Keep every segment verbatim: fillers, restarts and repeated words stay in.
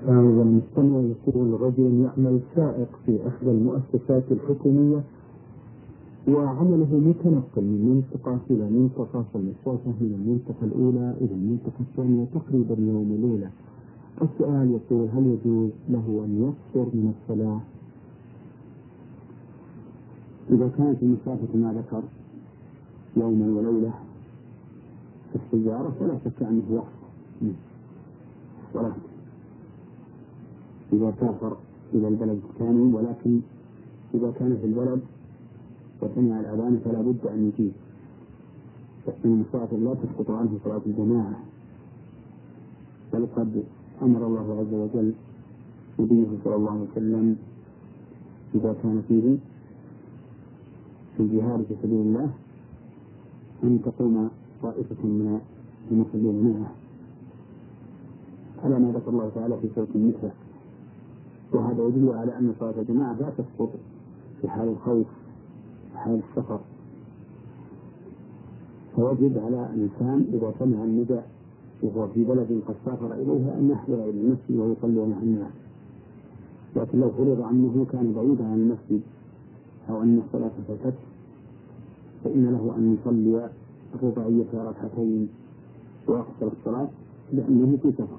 هذا المستمع يقول: رجل يعمل سائق في إحدى المؤسسات الحكومية وعمله متنقل من منطقة إلى منطقة، فالمسافة من المنطقة الأولى إلى المنطقة الثانية تقريبا يوم وليلة. السؤال يقول: هل يجوز له أن يقصر من الصلاة؟ إذا كانت المسافة ما ذكر يوما وليلة في السيارة فلا شك أنه يقصر الصلاة إذا سافر إلى البلد الثاني، ولكن إذا كان في البلد وسمع الأذان فلا بد أن يجيب، فإن المسافر لا تسقط عنه صلاة الجماعة، بل قد أمر الله عز وجل نبيه صلى الله عليه وسلم إذا كان فيه في الجهاد في سبيل الله أن تقوم طائفة من المصلين معه، على ما ذكر الله تعالى في سورة النساء. وهذا يدل على أن صلاة الجماعة لا تسقط في حال الخوف في حال السفر، فوجب على الإنسان إذا سمع النداء وهو في بلد قد سافر إليها أن يحضر إلى المسجد ويصلي مع الناس. لكن لو فرض عنه كان بعيدا عن المسجد أو أن الصلاة فاتته فإن له أن يصلي الرباعية ركعتين ويقصر الصلاة لأنه في سفر.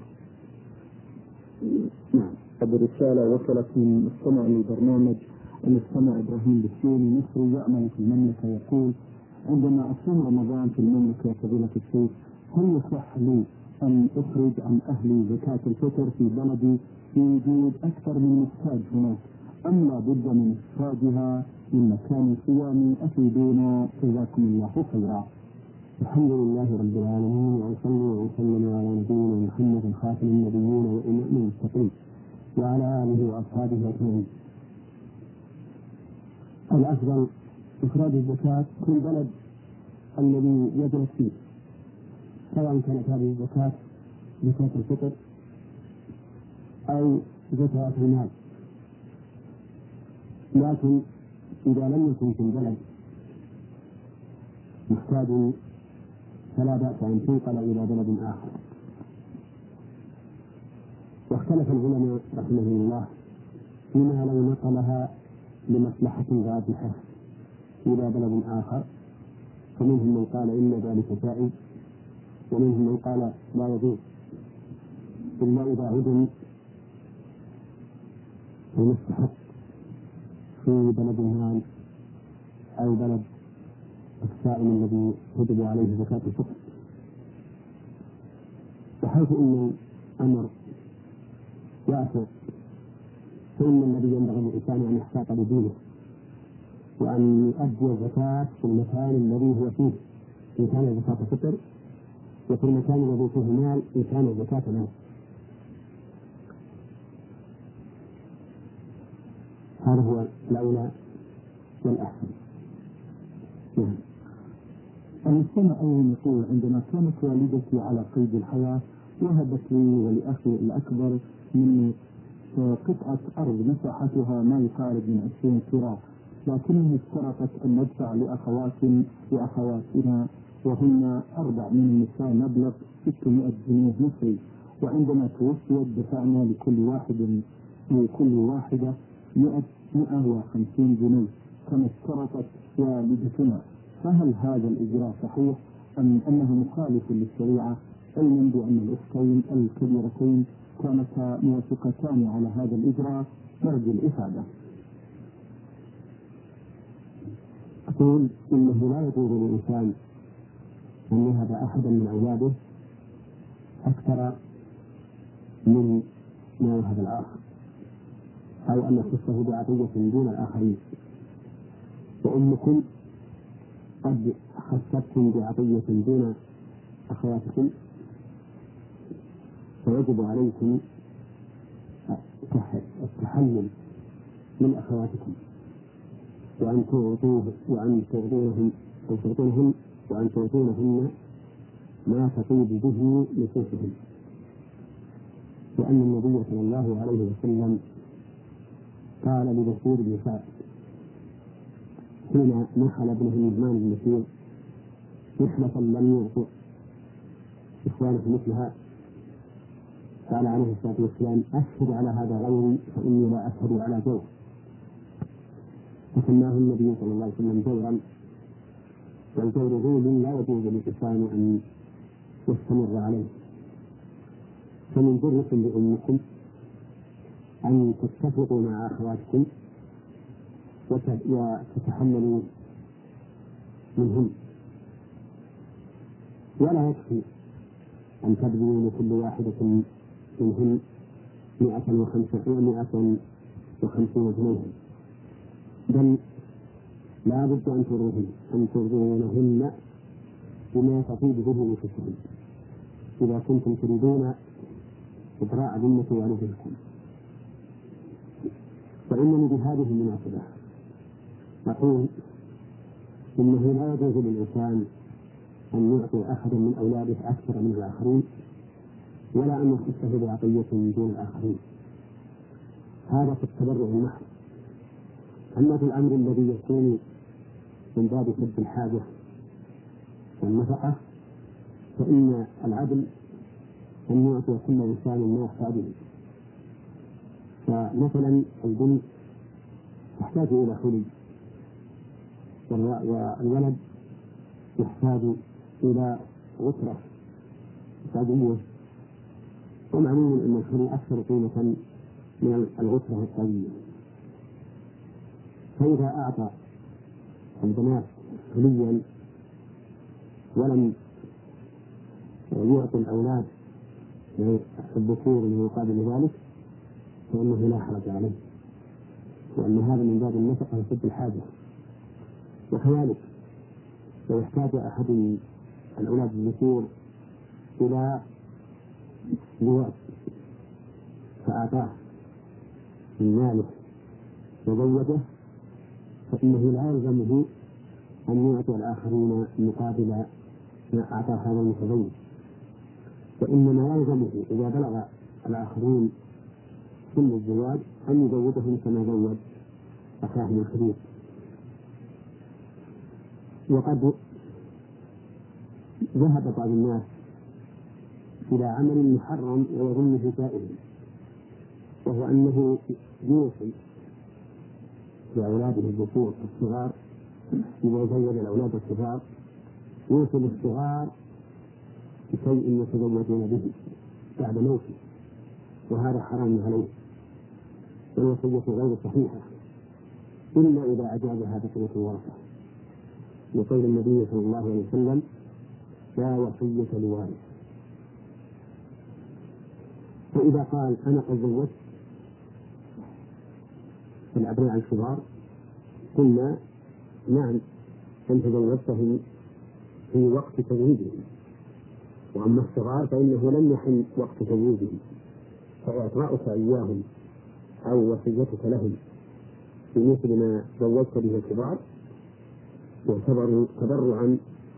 نعم. هذه الرسالة وصلت من مستمع للبرنامج المستمع إبراهيم بسيوني مصري يعمل في المملكة، يقول: عندما أصوم رمضان في المملكة يا فضيلة الشيخ، هل يصح لي أن أخرج عن أهلي زكاة الفطر في بلدي في وجود أكثر من محتاج هناك، أم لا بد من إخراجها من مكان صيامي؟ أفيدونا جزاكم الله خيرا. الحمد لله رب العالمين، وصلى وسلم على نبينا محمد خاتم النبيين وإمام المتقين وعلى آله وأصحابه أجمعين. الأفضل إخراج الزكاة في البلد الذي يدرس فيه، سواء كانت هذه الزكاة زكاة الفطر أو زكاة المال. لكن إذا لم يكن في البلد محتاج فلا بأس أن تنقل إلى بلد آخر. واختلف العلماء رحمهم الله فيما لو نقلها لمصلحة راجحة إلى بلد آخر، فمنهم من قال إن ذلك جائز، ومنهم من قال لا يجوز إلا إذا عدم المستحق في بلد المال أو بلد السائل الذي تجب عليه زكاة الفطر. وحيث أن الأمر واسع فإن الذي ينبغي للإنسان أن يحتاط بدينه وأن يؤدي الزكاة في المكان الذي هو فيه إن كان زكاة الفطر، وفي المكان الذي فيه مال إن كان زكاة مال. هذا هو الأولى والأحسن. نعم. المستمع أيضا يقول: عندما كانت والدتي على قيد الحياة وهبت لي ولأخي الأكبر مني قطعة أرض مساحتها ما يقارب من عشرين كرة، لكنها اشترطت أن ندفع لأخوات لأخواتنا وهن أربع من النساء مبلغ ستمائة جنيه مصري، وعندما توفيت دفعنا لكل واحد لكل واحدة مئة وخمسين جنيه كما اشترطت والدتنا، فهل هذا الإجراء صحيح أم أنه مخالف للشريعة، علما بأن الأختين الكبيرتين كانتا موافقتان على هذا الإجراء؟ نرجو الإفادة. أقول إنه لا يجوز للإنسان أن يهب أحدا من أولاده أكثر من ما يهب الآخر، أو أن يخصه بعطية دون الآخرين. وأمكم قد خصتكم بعطية دون أخواتكم، فيجب عليكم التحلل من أخواتكم وأن تعطوه وأن تعطونهم أو تعطونهم وأن تعطونهن ما تطيب به نفوسهم، وأن النبي صلى الله عليه وسلم قال لبشير بن سعد حين نحل ابنه النعمان بن بشير نحلة لم يعطوا إخوانه مثلها: قال عليه الصلاة والسلام: أشهد على هذا غيري فإني لا أشهد على جور. فسماه النبي صلى الله عليه وسلم جورا، والجور ذنب لا يجوز للإنسان أن يستمر عليه. فمن بركم لأمكم أن تتفقوا مع أخواتكم وتتحملوا منهم، ولا يكفي أن تبذلوا لكل واحدة منهم مئة وخمسين جنيها، بل لا بد أن ترضون أن ترضونهن بما تفيد به نفسهن إذا كنتم تريدون إبراء ذمة والدكم. فإنني بهذه المناسبة أقول إنه لا يجوز للإنسان أن يعطي أحدا من أولاده أكثر من الآخرين، ولا أن يخصه بعطية دون الآخرين، هذا في التبرع المحض. أما في الأمر الذي يكون من باب سد الحاجة والنفقة فإن العدل أن يعطي كل إنسان ما يحتاجه. فمثلا البنت تحتاج إلى حلي، والولد يحتاج إلى غسرة إنتاجية، ومعلوم أن الحلي أكثر قيمة من الغسرة الإنتاجية. فإذا أعطى البنات حليا ولم يعطي الأولاد الذكور من مقابل ذلك فإنه لا حرج عليه، وأن هذا من باب النفقة وسد الحاجة. وكذلك لو احتاج أحد من الأولاد الذكور إلى لواء فأعطاه من ماله وزوجه فإنه لا يلزمه أن يعطي الآخرين مقابل ما أعطى هذا المتزوج، وإنما يلزمه إذا بلغ الآخرين سن الزواج أن يزوجهم كما زوج أخاهم الكبير. وقد ذهب بعض الناس إلى عمل محرم ويظنه جائز، وهو أنه يوصي لأولاده الذكور الصغار إذا زوج الأولاد الصغار يوصي الصغار بشيء يتزوجون به بعد موته، وهذا حرام عليه، والوصية غير صحيحة إلا إذا أجازها بقية الورثة، لقول النبي صلى الله عليه وسلم: لا وصية لوارث. فإذا قال: أنا قد زوجت الأبناء الكبار، قلنا: نعم، أنت زوجته في وقت تزويجهم، وأما الصغار فإنه لم يحل وقت تزويجهم، فإعطاؤك إياهم أو وصيتك لهم بمثل ما زوجت به الكبار يعتبر تبرعا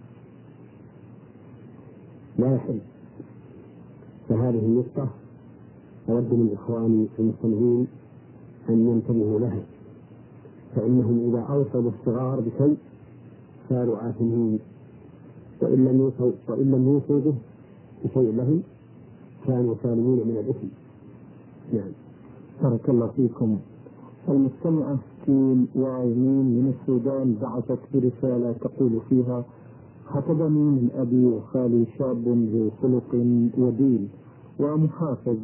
لا يحل. فهذه النقطة أود من إخواني المستمعين أن ينتبهوا لها، فإنهم إذا أوصوا الصغار بشيء صاروا آثمين، وإن لم يوصوا وإن لم يوصوا به بشيء لهم كانوا سالمين من الإثم. نعم. بارك الله فيكم. المستمعة ستين وعينين من السودان بعثت برسالة تقول فيها: خطبني من أبي وخالي شاب ذو خلق ودين ومحافظ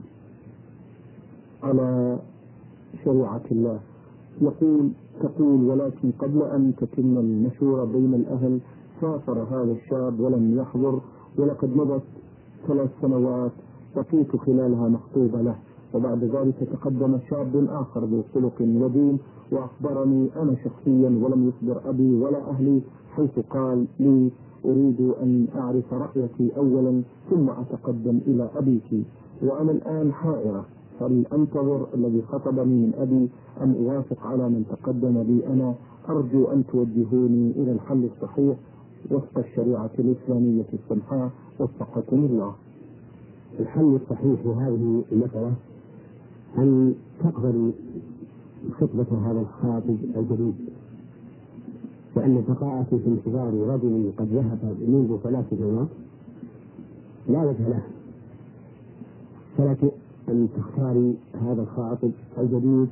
على شريعة الله، يقول تقول ولكن قبل أن تتم المشورة بين الأهل سافر هذا الشاب ولم يحضر، ولقد مضت ثلاث سنوات بقيت خلالها مخطوبة له، وبعد ذلك تقدم شاب آخر ذو خلق ودين وأخبرني أنا شخصيا ولم يخبر أبي ولا أهلي، حيث قال لي: أريد أن أعرف رأيك أولا ثم أتقدم إلى أبيك، وأنا الآن حائرة، هل أنتظر الذي خطبني من أبي أم أوافق على من تقدم لي أنا؟ أرجو أن توجهوني إلى الحل الصحيح وفق الشريعة الإسلامية السمحاء، وفقكم الله. الحل الصحيح لهذه المسألة أن تقبل خطبة هذا الخاطب الجديد، وأن بقاءك في انتظار رجل قد ذهب منذ ثلاث سنوات لا وجه له، فلك أن تختاري هذا الخاطب الجديد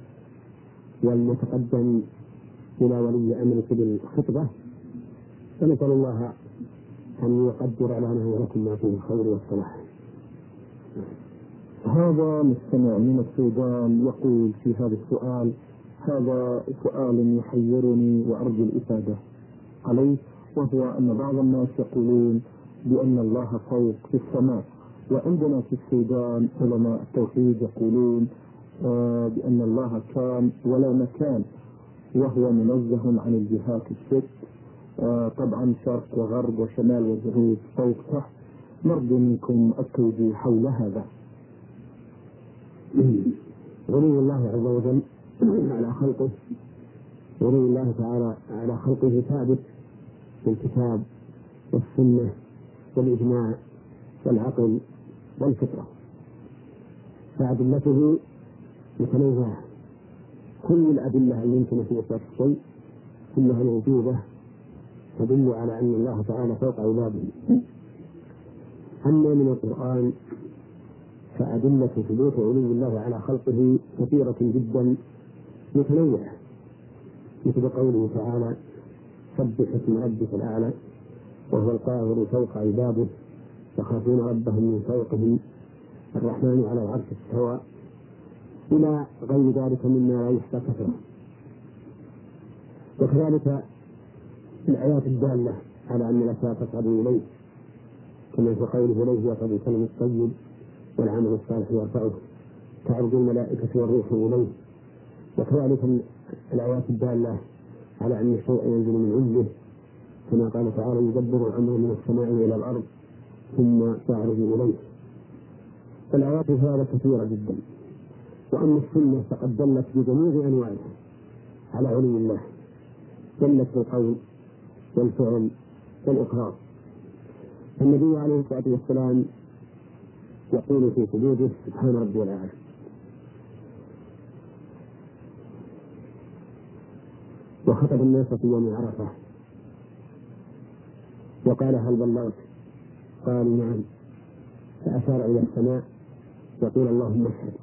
وليتقدم إلى ولي أمرك بالخطبة، فنسأل الله أن يقدر لنا ولكم ما فيه الخير والصلاح. هذا مستمع من السودان يقول في هذا السؤال: هذا سؤال يحيرني وأرجو الإفادة عليه، وهو أن بعض الناس يقولون بأن الله فوق في السماء، وعندنا في السودان علماء التوحيد يقولون آه بأن الله كان ولا مكان، وهو منزه عن الجهات الست، آه طبعا شرق وغرب وشمال وجنوب فوق تحت. نرجو منكم التوجيه حول هذا. علو الله عز وجل على خلقه، علو الله تعالى على خلقه ثابت بالكتاب والسنة والإجماع والعقل والفطرة، فأدلته متنوعة. كل الأدلة اللي يمكن في إثبات الشيء كلها موجودة تدل على أن الله تعالى فوق عباده. أما من القرآن فأدلة ثبوت علو الله على خلقه كثيرة جدا متنوعة، مثل قوله تعالى: سبح اسم ربك الأعلى وهو القاهر فوق عباده يخافون ربهم من فوقهم الرحمن على العرش استوى، إلى غير ذلك مما لا يحصى كثرة. وكذلك الآيات الدالة على أن الأشياء تصعد إليه، كما في قوله: إليه يصعد الكلم الطيب والعمل الصالح يرفعه، تعرج الملائكة والروح إليه. وكذلك الآيات الدالة على أن الشيء ينزل من عنده، كما قال تعالى: يدبر الأمر من السماء إلى الأرض ثم يعرج إليه. فالآيات هذه كثيرة جدا. وأما السنة فقد دلت بجميع أنواعها على علو الله، دلت بالقول والفعل والإقرار. النبي عليه الصلاة والسلام يقول في سجوده: سبحان ربي الأعلى. وخطب الناس في يوم عرفة وقال: هل بلغت؟ قالوا: نعم. فأشار إلى السماء يقول: اللهم اشهد.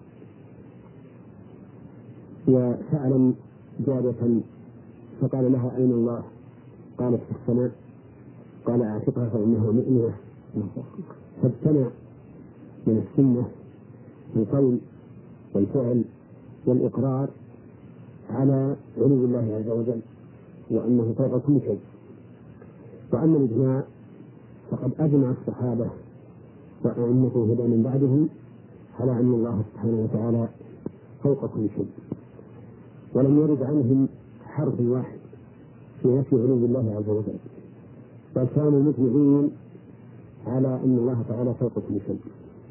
وسأل جارية فقال لها: أين الله؟ قالت: في السماء. قال: أعتقها فإنها مؤمنة. فاجتمع من السنة القول والفعل والإقرار على علو الله عز وجل وأنه فوق كل شيء. وأما الإجماع فقد أجمع الصحابة وأئمة هدى من بعدهم على أن الله سبحانه وتعالى فوق كل شيء، ولم يرد عنهم حرف واحد في نفي علو الله عز وجل، بل كانوا مجمعين على أن الله تعالى فوق كل شيء.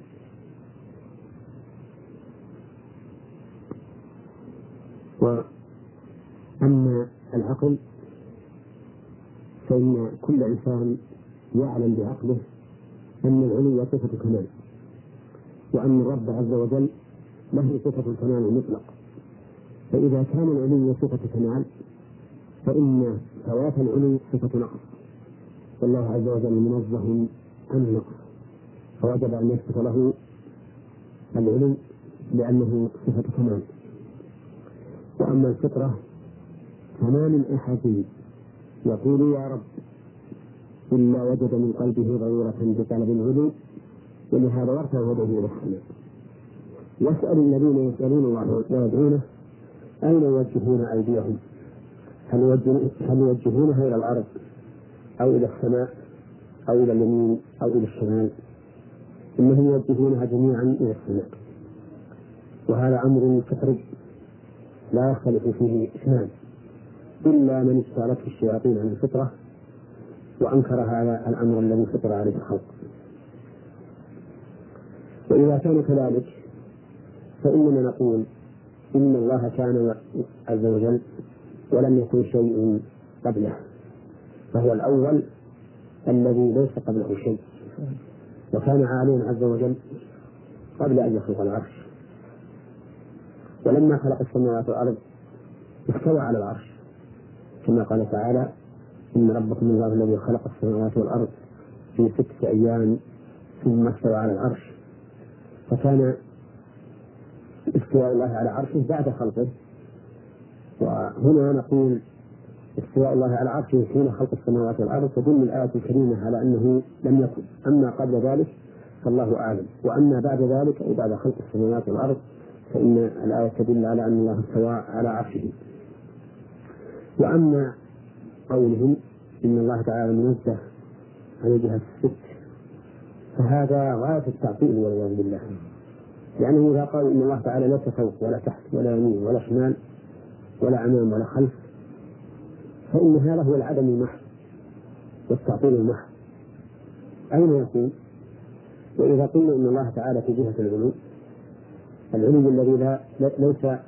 وأما العقل فإن كل إنسان يعلم بعقله أن العلو صفة كمال، وأن الرب عز وجل له صفة الكمال المطلق. فإذا كان العلو صفة كمال فإن فوات العلو صفة نقص، والله عز وجل منزه عن النقص، فوجب أن يثبت له العلو لأنه صفة كمال. وأما الفطرة فما من أحد يقول يا رب إلا وجد من قلبه ضرورة بطلب العلو، ولهذا يرفع يده إلى السماء. يسأل الذين يسألون الله ويدعونه: أين يوجهون أيديهم؟ هل يوجهونها إلى الأرض أو إلى السماء أو إلى اليمين أو إلى الشمال؟ إنهم يوجهونها جميعا إلى السماء. وهذا أمر كفر لا يختلف فيه اثنان إلا من استعرته الشياطين عن الفطرة وأنكر هذا الأمر الذي فطر عليه الخلق. وإذا كان كذلك فإننا نقول إن الله كان عز وجل ولم يكن شيء قبله، فهو الأول الذي ليس قبله شيء، وكان عاليا عز وجل قبل أن يخلق العرش. ولما خلق السماوات والأرض استوى على العرش، كما قال تعالى: إن ربكم الله الذي خلق السماوات والأرض في ستة أيام ثم استوى على العرش. فكان استواء الله على عرشه بعد خلقه. وهنا نقول استواء الله على عرشه حين خلق السماوات والأرض تدل الآية الكريمة على أنه لم يكن. أما قبل ذلك فالله أعلم، وأما بعد ذلك أو بعد خلق السماوات والأرض فإن الآية تدل على أن الله استوى على عرشه. وأما قولهم إن الله تعالى منزه عن الجهة الست فهذا غاية التعطيل والعياذ بالله، لأنه إذا قالوا إن الله تعالى ليس فوق ولا تحت ولا يمين ولا شمال ولا أمام ولا خلف فإن هذا هو العدم المحض والتعطيل المحض. أين يكون؟ وإذا قلنا إن الله تعالى في جهة العلو، العلو الذي لا ليس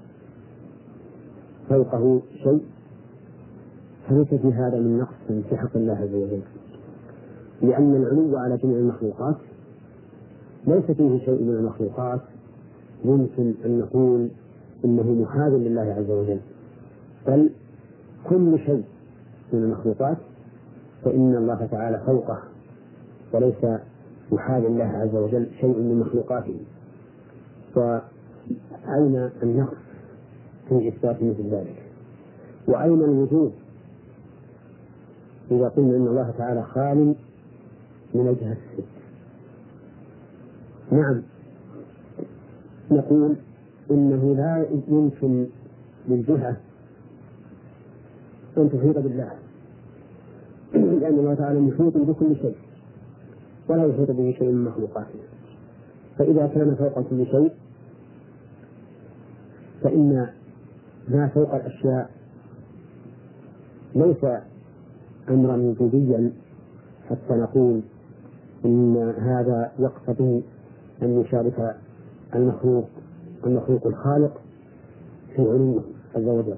فوقه شيء، فليس في هذا من نقص في حق الله عز وجل، لأن العلو على جميع المخلوقات ليس فيه شيء من المخلوقات يمكن أن نقول إنه محاذ لله عز وجل، بل كل شيء من المخلوقات فإن الله تعالى فوقه وليس محاذ الله عز وجل شيء من مخلوقاته. فأين النقص في إثبات مثل ذلك؟ وأين الوجود إذا قلنا إن الله تعالى خال من الجهة الست؟ نعم، نقول إنه لا يمكن للجهة أن تحيط بالله، لأن الله تعالى محيط بكل شيء ولا يحيط به شيء من مخلوقاته. فإذا كان فوق كل شيء فإن ما فوق الأشياء ليس أمرا وجوديا حتى نقول إن هذا يقتضي أن يشارك المخلوق المخلوق الخالق في علوه عز وجل.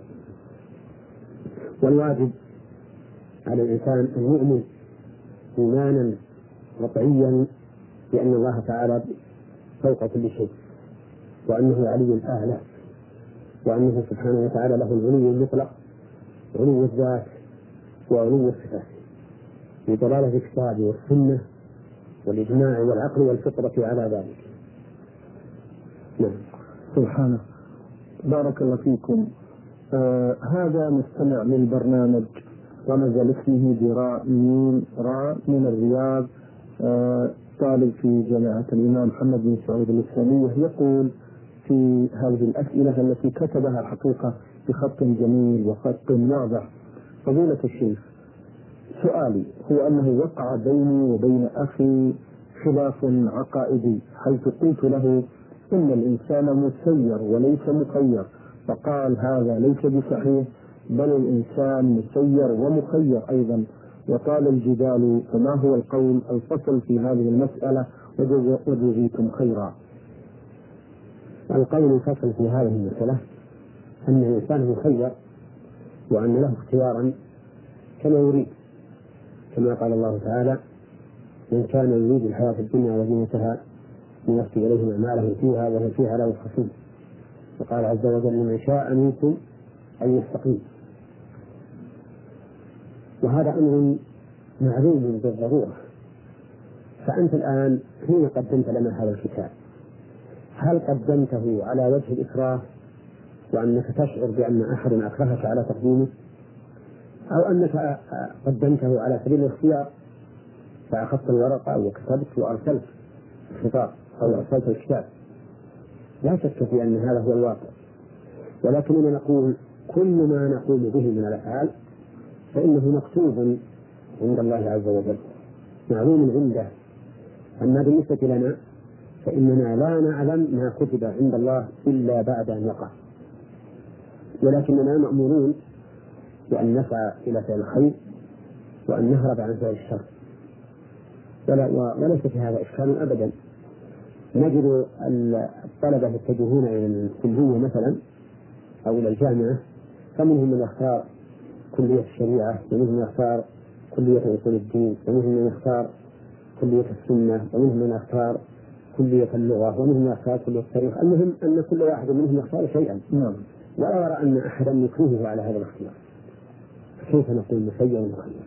والواجب على الإنسان أن يؤمن إيمانا قطعيا بأن الله تعالى فوق كل شيء، وأنه علي الأعلى، وأنه سبحانه وتعالى له العلو المطلق، علو الذات وعلو الصفات، بدلالة الكتاب والسنة والإجماع والعقل والفطرة على ذلك. نعم. سبحانه. بارك الله فيكم. آه هذا مستمع للبرنامج رمز لاسمه براء ميم راء من الرياض، آه طالب في جامعة الإمام محمد بن سعود الإسلامية، يقول في هذه الأسئلة التي كتبها الحقيقة بخط جميل وخط واضح: فضيلة الشيخ، سؤالي هو أنه وقع بيني وبين أخي خلاف عقائدي، حيث قلت له إن الإنسان مسير وليس مخير، فقال هذا ليس بصحيح، بل الإنسان مسير ومخير أيضا، وطال الجدال، فما هو القول الفصل في هذه المسألة وجزيتم خيرا؟ القول الفصل في هذه المسألة أن الإنسان مخير وأن له اختيارا كما يريد، كما قال الله تعالى: من كان يريد الحياة الدنيا وزينتها نوفي إليهم أعمالهم فيها وهم فيها لا يبخسون. وقال عز وجل: لمن شاء منكم أن يستقيم. وهذا أمر معلوم بالضرورة. فأنت الآن حين قدمت لنا هذا الكتاب هل قدمته على وجه الإكراه وأنك تشعر بأن أحد أكرهك على تقديمه، أو أنك قدمته على سبيل الاختيار فأخذت الورقة وكتبت وأرسلت الخطاب أو أرسلت الكتاب؟ لا شك في أن هذا هو الواقع، ولكننا نقول كل ما نقوم به من الأفعال فإنه مكتوب عند الله عز وجل، معلوم عنده. أما بالنسبة لنا فإننا لا نعلم ما كتب عند الله إلا بعد أن يقع، ولكننا مأمورون بأن نسعى إلى فعل الخير وأن نهرب عن فعل الشر، ولا وليس في هذا إشكال أبدا. نجد الطلبة يتجهون إلى الكلية مثلا أو إلى الجامعة، فمنهم من يختار كلية الشريعة، ومنهم من يختار كلية أصول الدين، ومنهم من يختار كلية السنة، ومنهم من يختار كلية اللغة، ومنهم من يختار كلية التاريخ. المهم أن كل واحد منهم يختار شيئا، ولا أرى أن أحدا يكرهه على هذا الاختيار. كيف نقول مسير ومخير؟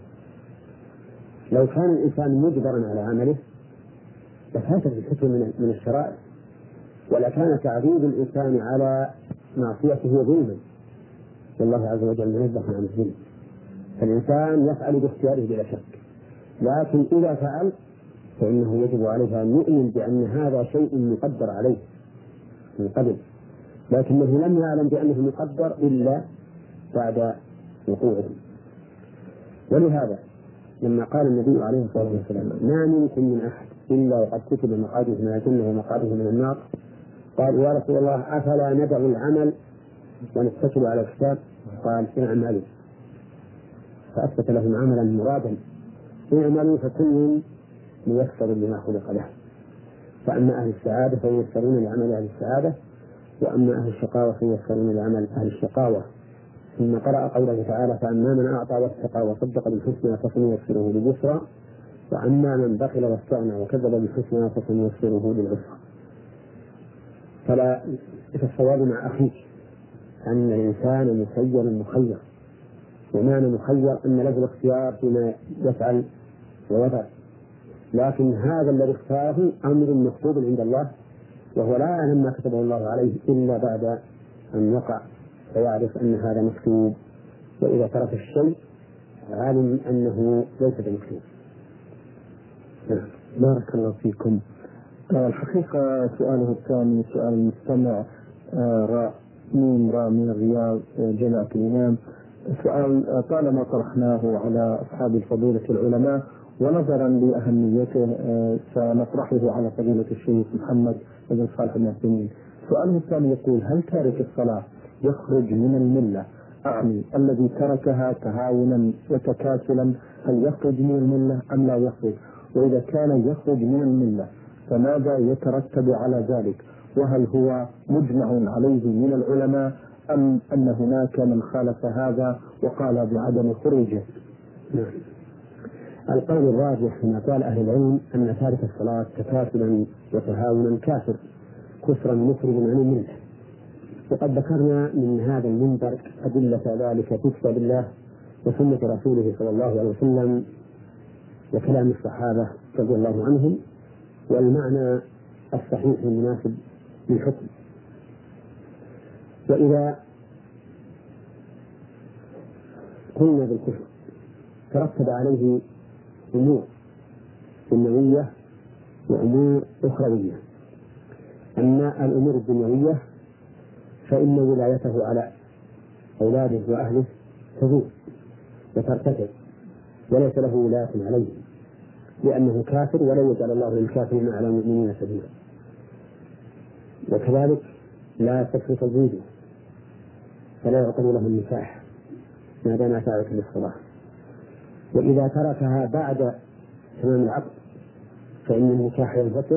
لو كان الإنسان مجبرا على عمله لفاتت الحكم من الشرائع، ولكان تعذيب الإنسان على معصيته ظلما، والله عز وجل منزه عن الظلم، فالإنسان يفعل باختياره بلا شك، لكن إذا فعل فإنه يجب عليه أن يؤمن بأن هذا شيء مقدر عليه من قبل، لكنه لم يعلم بأنه مقدر إلا بعد وقوعه. ولهذا لما قال النبي عليه الصلاة والسلام ما منكم من أحد إلا وقد كتب مقعده من الجنة ومقعده من النار، قال يا رسول الله أفلا ندع العمل ونتكل على الكتاب؟ قال اعملوا، فأثبت لهم عملا مرادا، اعملوا فكل ميسر لما خلق له، فأما أهل السعادة فييسرون لعمل أهل السعادة، وأما أهل الشقاوة فييسرون لعمل أهل الشقاوة. ثم قرأ قوله تعالى فأما من أعطى واتقى وصدق بالحسنى فسنيسره لليسرى وأما من بخل واستغنى وكذب بالحسنى فسنيسره للعسرى. فلا الصواب مع أخيك أن الإنسان مسير مخير، ومعنى مخير أن له الاختيار فيما يفعل ويفعل، لكن هذا الذي اختاره أمر مكتوب عند الله، وهو لا يعلم ما كتبه الله عليه إلا بعد أن يقع فيعرف أن هذا مكتوب، وإذا ترك الشيء علم أنه ليس بمكتوب. بارك الله فيكم. الحقيقة سؤاله الثاني سؤال المستمع راء ميم راء من الرياض جامعة الإمام، سؤال طالما طرحناه على أصحاب الفضيلة العلماء ونظرا لأهميته سنطرحه على فضيلة الشيخ محمد بن صالح بن عثيمين. سؤاله الثاني يقول هل تارك الصلاة يخرج من الملة؟ أعني الذي تركها تهاونا وتكاسلا هل يخرج من الملة أم لا يخرج؟ وإذا كان يخرج من الملة فماذا يترتب على ذلك؟ وهل هو مجمع عليه من العلماء أم أن هناك من خالف هذا وقال بعدم خروجه؟ نعم. القول الراجح فيما قال أهل العلم أن تارك الصلاة تكاسلا وتهاونا كافر كفرا مخرج عن الملة، وقد ذكرنا من هذا المنبر أدلة ذلك في كتاب الله وسنة رسوله صلى الله عليه وسلم وكلام الصحابة رضي الله عنهم، والمعنى الصحيح المناسب للحكم. وإذا قلنا بالكفر ترتب عليه أمور دنيوية وأمور أخروية. أما الأمور الدنيوية فإن ولايته على أولاده وأهله تزول وترتفع وليس له ولاية عليهم، لأنه كافر ولا يجعل الله للكافرين على المؤمنين سبيلا. وكذلك لا تكفي تزويجه فلا يعقد له النكاح ما دام تارك للصلاة. وإذا تركها بعد تمام العقد فإن النكاح ينفسخ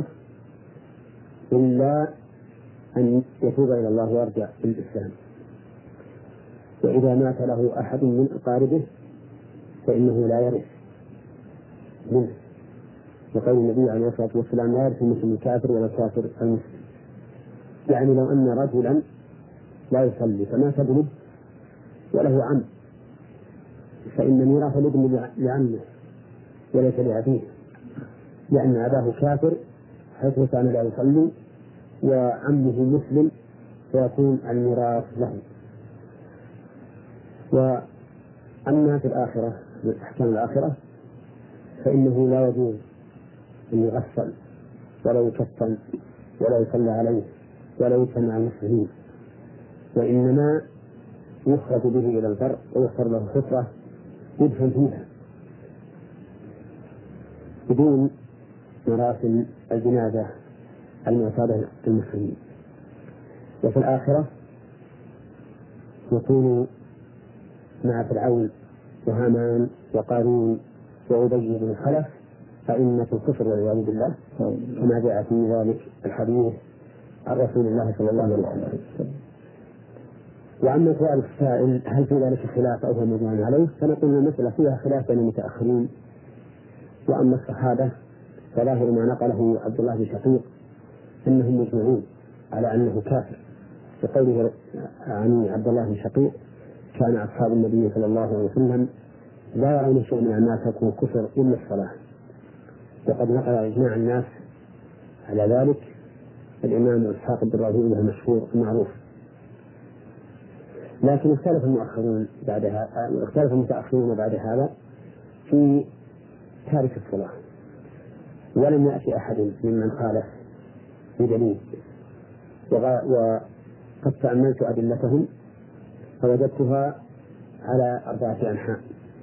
إلا أن يتوب إلى الله ويرجع للإسلام. وإذا مات له أحد من أقاربه فإنه لا يرث منه، وقول النبي عليه الصلاة والسلام لا يرث المسلم الكافر ولا الكافر المسلم. يعني لو أن رجلا لا يصلي فمات ابنه وله عم فإن ميراث الابن لعمه وليس لأبيه، لأن أباه كافر حيث كان لا يصلي وعمه مسلم فيكون الميراث له. وأما في الآخرة من أحكام الآخرة فإنه لا يجوز أن يغسل ولا يكفن ولا يصلى عليه ولا يجتمع المسلمين، وإنما يخرج به إلى البر ويختار له حفرة يدفن فيها بدون مراسم الجنازة المعتادة للمسلمين. وفي الآخرة يكون مع فرعون وهامان وقارون وأبي بن خلف أئمة الكفر والعياذ بالله، كما جاء في ذلك الحديث عن رسول الله صلى الله عليه وسلم. وأما سؤال السائل هل في ذلك خلاف أو هو مجمع عليه، فنقول المسألة فيها خلاف بين المتأخرين. وأما الصحابة فظاهر ما نقله عبد الله بن شقيق أنهم مجمعون على أنه كافر، بقوله عن عبد الله بن شقيق كان أصحاب النبي صلى الله عليه وسلم لا يرون شيئا من الناس يكون كفر إلا الصلاة. وقد نقل إجماع الناس على ذلك الإمام إسحاق بن راهويه المشهور المعروف. لكن اختلف المؤخرون بعد هذا اختلف المتأخرون بعد هذا في تارك الصلاة، ولم يأتي أحد ممن خالف بدليل، وقد تأملت أدلتهم فوجدتها على أربعة أنحاء،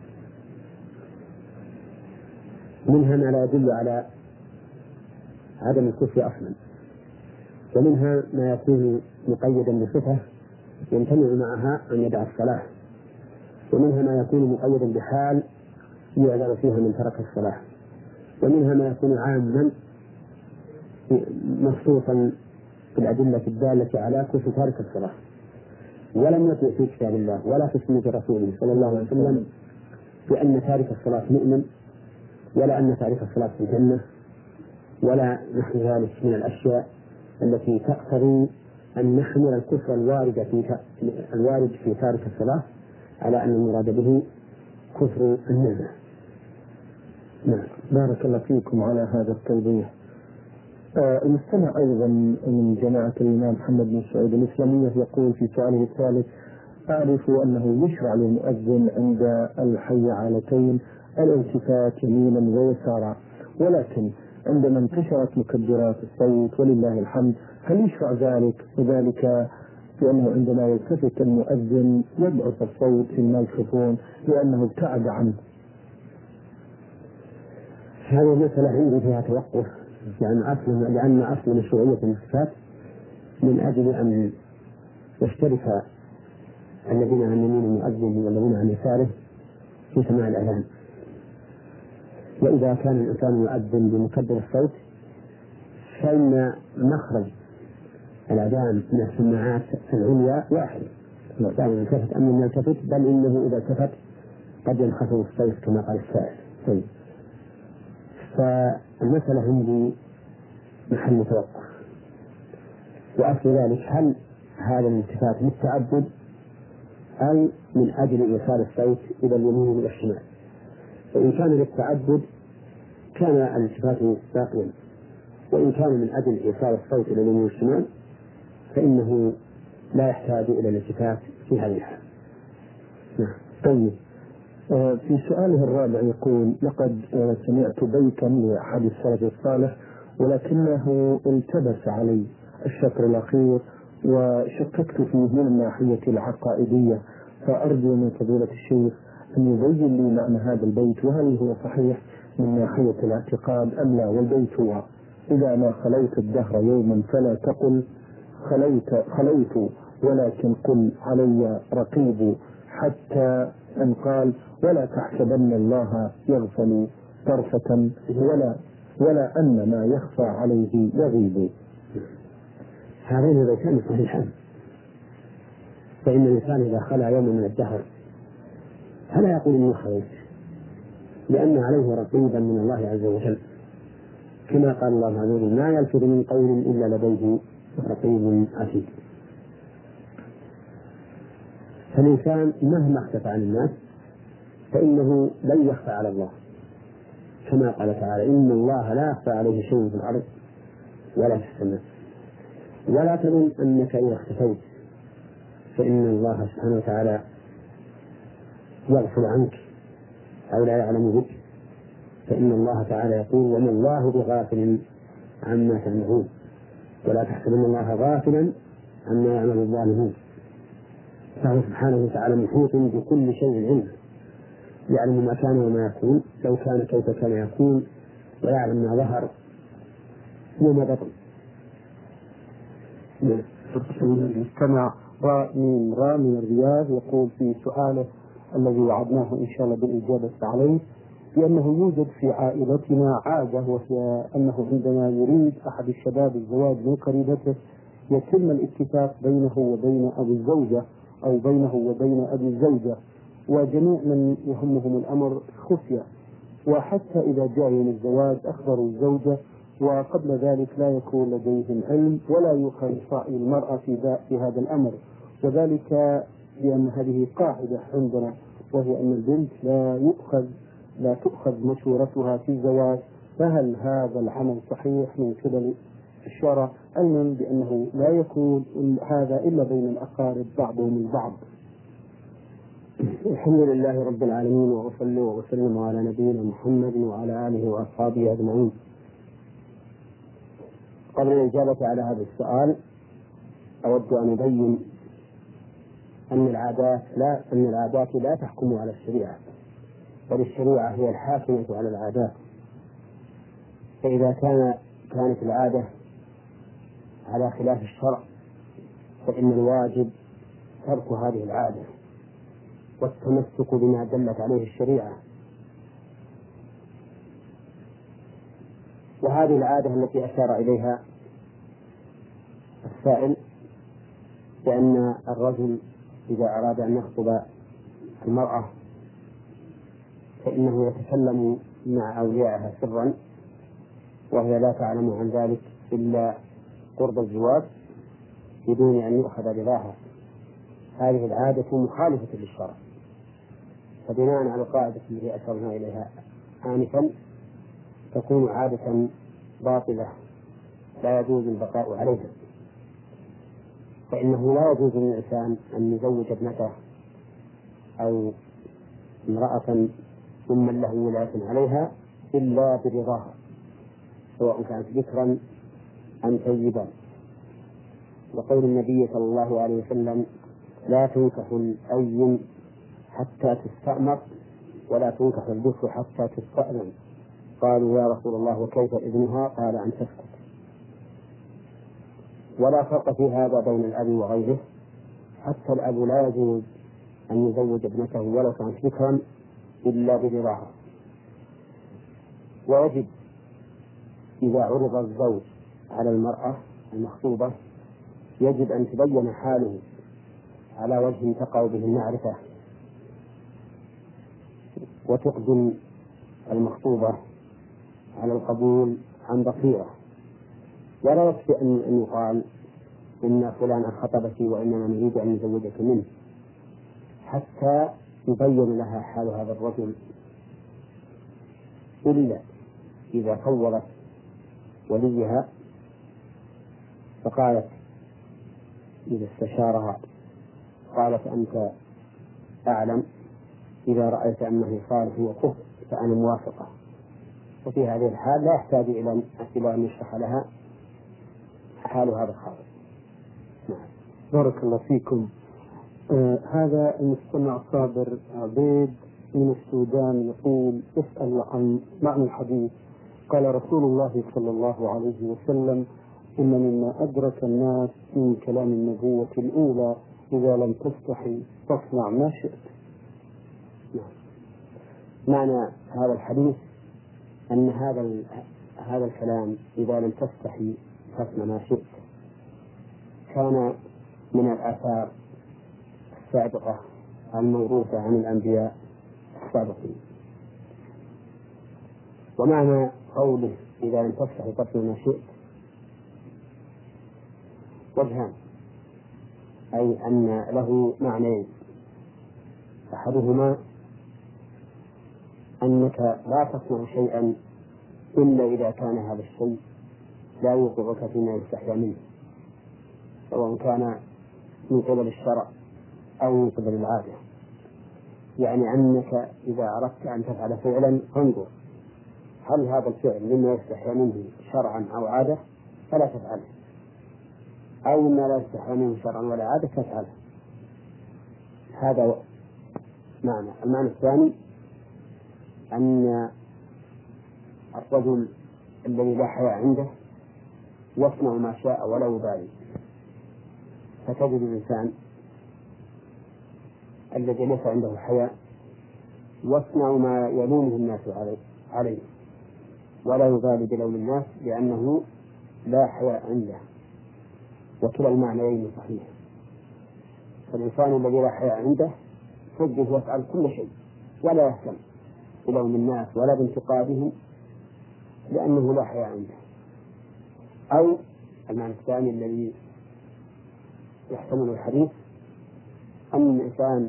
منها ما لا يدل على عدم الكفر أصلا، ومنها ما يكون مقيدا بصفة يمتنع معها أن يدع الصلاة، ومنها ما يكون مقيدا بحال يعذر فيها من ترك الصلاة، ومنها ما يكون عاما مخصوصا بالأدلة الدالة على كفر تارك الصلاة. ولم يطلع في كتاب الله ولا في سنة رسوله صلى الله عليه وسلم بأن تارك الصلاة مؤمن، ولا أن تارك الصلاة في الجنة، ولا نحو ذلك من الأشياء التي تقتضي أن نحمل الكفر الوارد في الوارد في تارك الصلاة على أن المراد به كفر النزع. نعم، بارك الله فيكم على هذا التوضيح. آه المستمع أيضا من جماعة الإمام محمد بن سعود الإسلامية يقول في سؤاله الثالث: أعرف أنه يشرع للمؤذن عند الحي علتين الالتفات يمينا ويسارا، ولكن عندما انتشرت مكبرات الصوت ولله الحمد هل يشرع ذلك؟ وذلك لأنه عندما يلتفت المؤذن يضعف الصوت في الميكروفون لأنه ابتعد عنه. هذه المسألة عندي فيها توقف، لأن أصل لأن أصل مشروعية الالتفات من أجل أن يشترك الذين عن يمين المؤذن والذين عن يساره في سماع الأذان. وإذا كان الإنسان يؤذن بمكبر الصوت فإن مخرج الأذان من السماعات العليا واحد، لا يلتفت أم لم يلتفت، بل إنه إذا التفت قد ينخفض الصوت كما قال السائل. طيب، فالمسألة عندي محل توقف، وأصل ذلك هل هذا الالتفات للتعبد أو من أجل إيصال الصوت إلى اليمين وإلى الشمال؟ فإن كان للتعبد كان الالتفات باقيا، وإن كان من أجل إيصال الصوت إلى اليمين والشمال فإنه لا يحتاج إلى الالتفات في هذه الحال. نعم. طيب، في سؤاله الرابع يقول: لقد سمعت بيتا لأحد السلف الصالح ولكنه التبس علي الشطر الأخير وشككت فيه من الناحية العقائدية، فأرجو من فضيلة الشيخ أن يبين لي معنى هذا البيت، وهل هو صحيح من ناحية الاعتقاد أم لا؟ والبيت هو: إذا ما خلوت الدهر يوما فلا تقل خلوت خلوت ولكن قل علي رقيب، حتى أن قال: ولا تحسبن الله يغفل طرفة ولا ولا أن ما يخفى عليه يغيب. هذين البيتان صحيحان، فإن الإنسان إذا خلى يوما من الدهر فلا يقول إني خلوت، لأن عليه رقيبا من الله عز وجل، كما قال الله عز وجل: ما يلفظ من قول إلا لديه رقيب عتيد. فالإنسان مهما اختفى عن الناس فإنه لن يخفى على الله، كما قال تعالى: إن الله لا يخفى عليه شيء في الأرض ولا في السماء. ولا تظن أنك إذا اختفيت فإن الله سبحانه وتعالى يغفل عنك أو لا يعلم بك، فإن الله تعالى يقول: وما الله بغافل عما تعملون، ولا تحسبن الله غافلا عما يعمل الظالمون. فهو سبحانه وتعالى محيط بكل شيء علما، يعلم ما كان وما يكون، لو كان كيف كان يكون، ويعلم ما ظهر وما بطن. المستمع من را من الرياض يقول في سؤاله الذي وعدناه إن شاء الله بالإجابة عليه، بأنه يوجد في عائلتنا عادة، وهي أنه عندما يريد أحد الشباب الزواج من قريبته يتم الاتفاق بينه وبين أبي الزوجة أو بينه وبين أبي الزوجة، وجميع من يهمهم الأمر خفية، وحتى إذا جاء يوم الزواج أخبروا الزوجة، وقبل ذلك لا يكون لديهم علم ولا يؤخذ رأي المرأة في, في هذا الأمر، وذلك لأن هذه قاعدة عندنا، وهي أن البنت لا يؤخذ لا تؤخذ مشورتها في الزواج. فهل هذا العمل صحيح من قبل الشرع، علما بأنه لا يكون هذا إلا بين الأقارب بعضهم البعض. الحمد لله رب العالمين، وأصلي وأسلم على نبينا محمد وعلى آله وأصحابه أجمعين. قبل الإجابة على هذا السؤال أود أن أبين أن العادات لا أن العادات لا تحكم على الشريعة، بل الشريعة هي الحاكمة على العادات. فإذا كان كانت العادة على خلاف الشرع فإن الواجب ترك هذه العادة والتمسك بما دلت عليه الشريعة. وهذه العادة التي أشار إليها السائل بأن الرجل إذا أراد أن يخطب المرأة فإنه يتكلم مع أوليائها سرا وهي لا تعلم عن ذلك إلا قرب الزواج بدون أن يؤخذ رضاها. هذه العادة مخالفة للشرع، فبناء على القاعدة التي أشرنا إليها آنفا تكون عادة باطلة لا يجوز البقاء عليها. فإنه لا يجوز للإنسان أن يزوج ابنته أو امرأة ممن له ولاية عليها إلا برضاها، سواء كانت ذكرا أم ثيبا. وقول النبي صلى الله عليه وسلم: لا تنكح الأيم حتى تستأمر ولا تنكح البكر حتى تستأذن. قالوا: يا رسول الله وكيف إذنها؟ قال: أن تسكت. ولا فرق في هذا بين الأب وغيره، حتى الأب لا يجوز أن يزوج ابنته ولو كانت ذكرا إلا برضاها. ويجب إذا عرض الزوج على المرأة المخطوبة يجب أن تبين حاله على وجه تقع به المعرفة، وتقدم المخطوبة على القبول عن بصيرة. ولا يكفي أن يقال إن فلان خطبك وإننا نريد أن نزوجك منه، حتى يبين لها حال هذا الرجل، إلا إذا فوضت وليها فقالت إذا استشارها قالت: أنت أعلم، إذا رأيت أنه صالح وكفء فأنا موافقة. وفي هذه الحال لا يحتاج إلى أن يشرح لها حال هذا الخاطب. نعم. بارك الله فيكم. آه هذا المستمع صابر عبيد من السودان يقول: اسأل عن معنى الحديث. قال رسول الله صلى الله عليه وسلم: إن مما أدرك الناس من كلام النبوة الأولى: إذا لم تستحي فاصنع ما شئت. نعم. معنى هذا الحديث أن هذا هذا الكلام إذا لم تستحي فاصنع ما شئت كان من الآثار السابقة الموروثة عن الأنبياء السابقين. ومعنى قوله إذا لم تستحي فاصنع ما شئت وجهان، أي أن له معنيين: أحدهما أنك لا تصنع شيئا إلا إذا كان هذا الشيء لا يوقعك فيما يستحيا منه، سواء كان من قبل الشرع أو من قبل العادة. يعني أنك إذا أردت أن تفعل فعلا فانظر هل هذا الفعل مما يستحيا منه شرعا أو عادة فلا تفعله، أو مما لا يستحيا منه شرعا ولا عادة تفعله. هذا معنى. المعنى الثاني أن الرجل الذي لا حياء عنده يصنع ما شاء ولا يبالي. فتجد الإنسان الذي ليس عنده حياء يصنع ما يلومه الناس عليه ولا يبالي بلوم الناس لأنه لا حياء عنده. وكلا المعنيين صحيح. فالإنسان الذي لا حياء عنده تجده يفعل كل شيء ولا يهتم بلوم الناس ولا بانتقادهم لأنه لا حياء عنده. أو المعنى الثاني الذي يحتمل الحديث أن الإنسان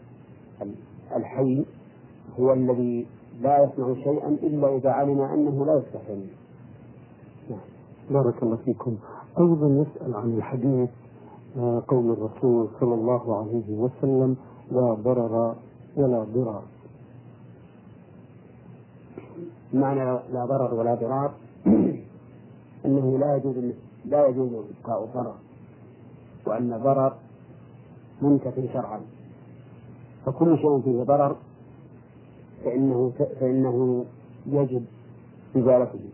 الحي هو الذي لا يصنع شيئا إلا إذا علم أنه لا يستحي منه. نعم. بارك الله فيكم. أيضا يسأل عن الحديث قول الرسول صلى الله عليه وسلم لا ضرر ولا ضرار. معنى لا ضرر ولا ضرار أنه لا يجوز لا يجوز إبقاء الضرر، وأن الضرر منتفي شرعا، فكل شيء فيه ضرر فإنه فإنه يجب إزالته،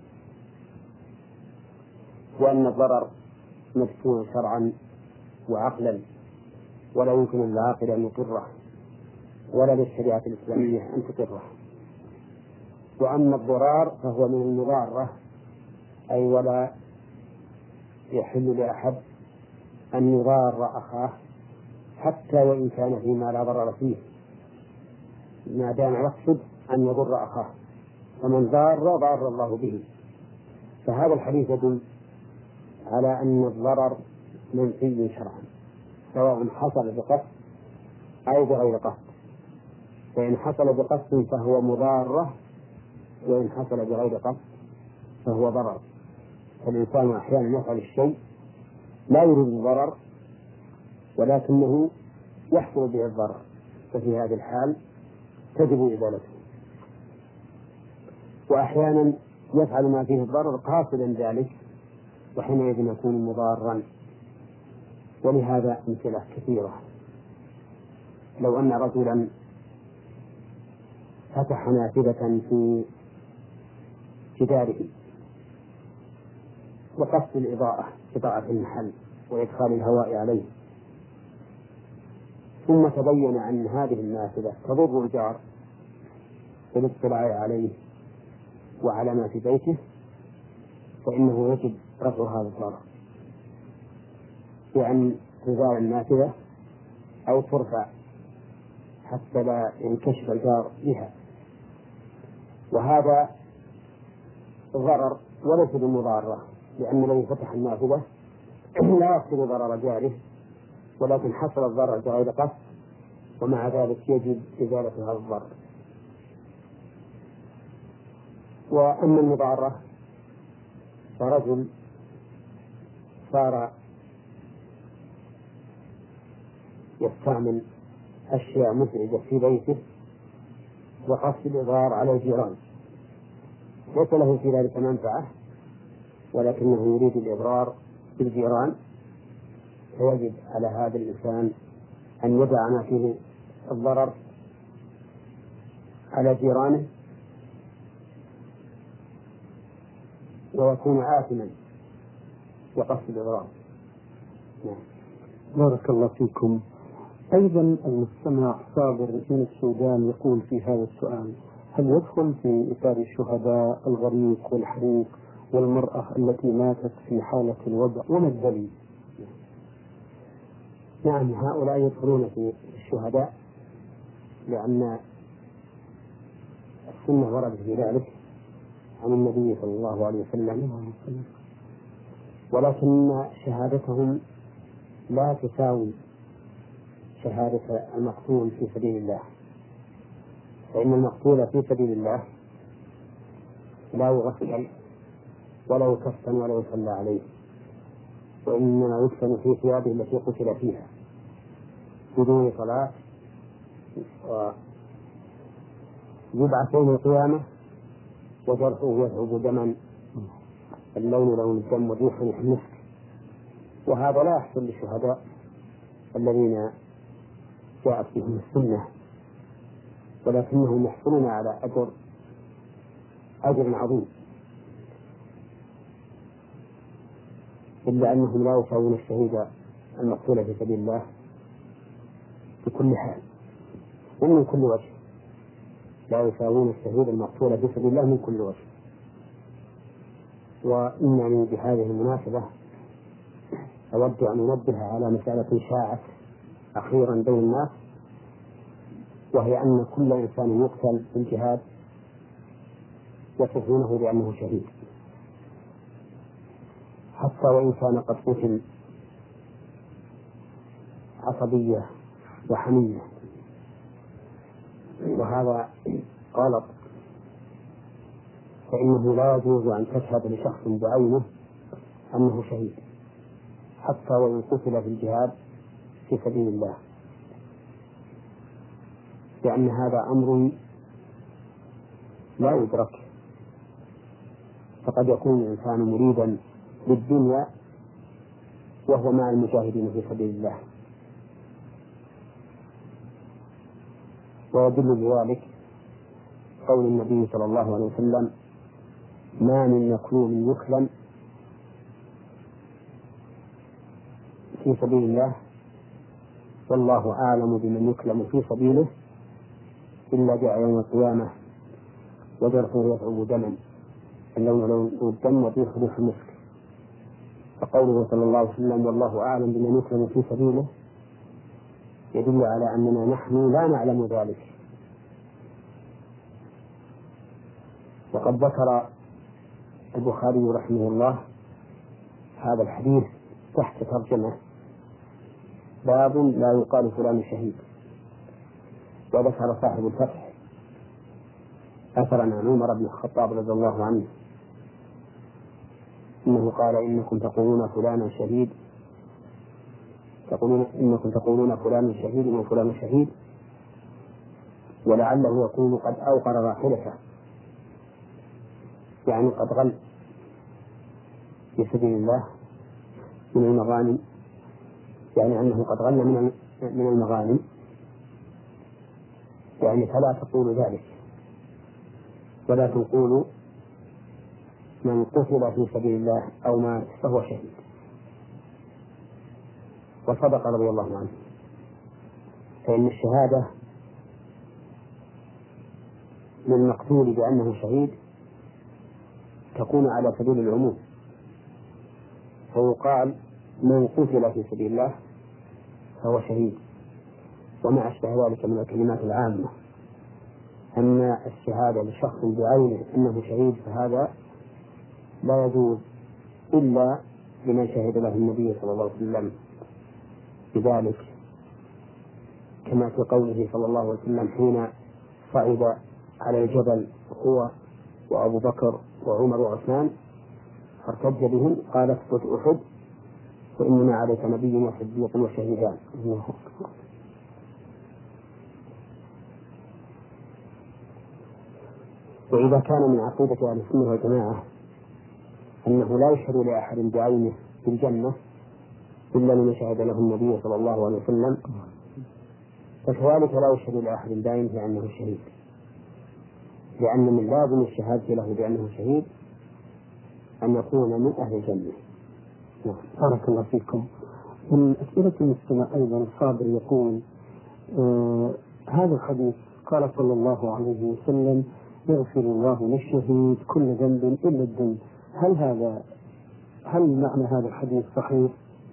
وأن الضرر مدفوع شرعا وعقلا ولا يمكن للعاقل أن يقره ولا للشريعة الإسلامية أن تقره. وأما الضرار فهو من المضارة، أي ولا يحل لأحد أن يضار أخاه حتى وإن كان فيما لا ضرر فيه، ما دام يقصد أن يضر أخاه، فمن ضار ضار الله به. فهذا الحديث يدل على أن الضرر منفي شرعا سواء حصل بقصد أو بغير قصد، فإن حصل بقصد فهو مضارة، وإن حصل بغير قصد فهو ضرر. فالإنسان أحيانا يفعل الشيء لا يريد الضرر ولكنه يحصل به الضرر، ففي هذه الحال تجب إزالته. وأحيانا يفعل ما فيه الضرر قاصدا ذلك، وحينئذ يكون مضارا. ولهذا أمثلة كثيرة. لو أن رجلا فتح نافذة في جداره وقصد الإضاءة إضاءة المحل وإدخال الهواء عليه، ثم تبين أن هذه النافذة تضر الجار بالاطلاع عليه وعلى ما في بيته، فإنه يجب رفع هذا الضرر بأن تزال النافذة أو ترفع حتى لا ينكشف الجار بها. وهذا ضرر وليس بمضارة، لأن الذي فتح النافذة لا يقصد ضرر جاره، ولكن حصل الضرر بغير قصد، ومع ذلك يجب إزالة هذا الضرر. وأما المضارة فرجل صار يستعمل أشياء مزعجة في بيته وقصد الإضرار على الجيران، ليس له في ذلك منفعة ولكنه يريد الإضرار بالجيران، فيجب على هذا الإنسان أن يدع ما فيه الضرر على جيرانه ويكون آثما وقصد الإضرار. نعم. بارك الله فيكم. أيضا المستمع صابر من السودان يقول في هذا السؤال: هل يدخل في إطار الشهداء الغريق والحريق والمرأة التي ماتت في حالة الوضع، وما الدليل؟ نعم، هؤلاء يدخلون في الشهداء لأن السنة وردت في ذلك عن النبي صلى الله عليه وسلم، ولكن شهادتهم لا تساوي شهادة المقتول في سبيل الله، فإن المقتول في سبيل الله لا يغسل ولا يكفن ولا يصلى عليه، وإنما يدفن في ثيابه التي قتل فيها بدون صلاة، ويبعث يوم القيامة وجرحه يذهب دما اللون لون الدم والريح ريح المسك. وهذا لا يحصل للشهداء الذين جاءت بهم السنة، ولكنهم يحصلون على أجر أجر عظيم، إلا أنهم لا يساوون الشهيد المقتول في سبيل الله بكل حال ومن كل وجه، لا يساوون الشهيد المقتول في سبيل الله من كل وجه. وإنني بهذه المناسبة أود أن أنبه على مسألة شاعت أخيرا بين الناس، وهي أن كل إنسان يقتل في الجهاد يصفونه بأنه شهيد، حتى وإن كان قد قتل عصبية وحمية، وهذا غلط، فإنه لا يجوز أن تشهد لشخص بعينه أنه شهيد حتى وإن قتل في الجهاد في سبيل الله، لأن هذا أمر لا يدرك. فقد يكون الإنسان مريدا للدنيا وهو مع المجاهدين في سبيل الله. ويدل لذلك قول النبي صلى الله عليه وسلم: ما من مكلوم يكلم في سبيل الله والله أعلم بمن يكلم في سبيله إلا جاء يوم القيامة وجرحه يصعب دما اللون لون الدم وفيه خلوف المسك. فقوله صلى الله عليه وسلم: والله أعلم بمن يكلم في سبيله يدل على أننا نحن لا نعلم ذلك. وقد ذكر البخاري رحمه الله هذا الحديث تحت ترجمة: باب لا يقال فلان شهيد. وذكر صاحب الفتح أثرا عن عمر بن الخطاب رضي الله عنه إنه قال: إنكم تقولون فلان شهيد تقولون إنكم تقولون فلان شهيد وفلان شهيد، ولعله يكون قد أوقر راحلته، يعني قد غل في سبيل الله من المغانم، يعني أنه قد غل من من المغانم، يعني فلا تقول ذلك، ولكن قولوا من قتل في سبيل الله أو مات فهو شهيد. وصدق رضي الله عنه، فإن الشهادة للمقتول بأنه شهيد تكون على سبيل العموم، فيقال من قتل في سبيل الله فهو شهيد، وما أشبه ذلك من الكلمات العامة. أما الشهادة لشخص بعينه أنه شهيد فهذا لا يجوز إلا لمن شهد له النبي صلى الله عليه وسلم بذلك، كما في قوله صلى الله عليه وسلم حين صعد على الجبل هو وأبو بكر وعمر وعثمان فارتج بهم قال: اسقط أحد فإنما عليك نبي وصديق وشهيدان. وإذا كان من عقيدة أهل السنة والجماعة أنه لا يشهد لأحد بعينه في الجنة إلا لمن شهد له النبي صلى الله عليه وسلم، فكذلك لا يشهد لأحد بعينه بأنه شهيد، لأن من لازم الشهادة له بأنه شهيد أن يكون من أهل الجنة. بارك الله فيكم. من أسئلة المستمع أيضا صابر يقول: آه هذا الحديث قال صلى الله عليه وسلم: يغفر الله للشهيد كل ذنب إلا الذنب، هل هذا هل معنى هذا الحديث صحيح؟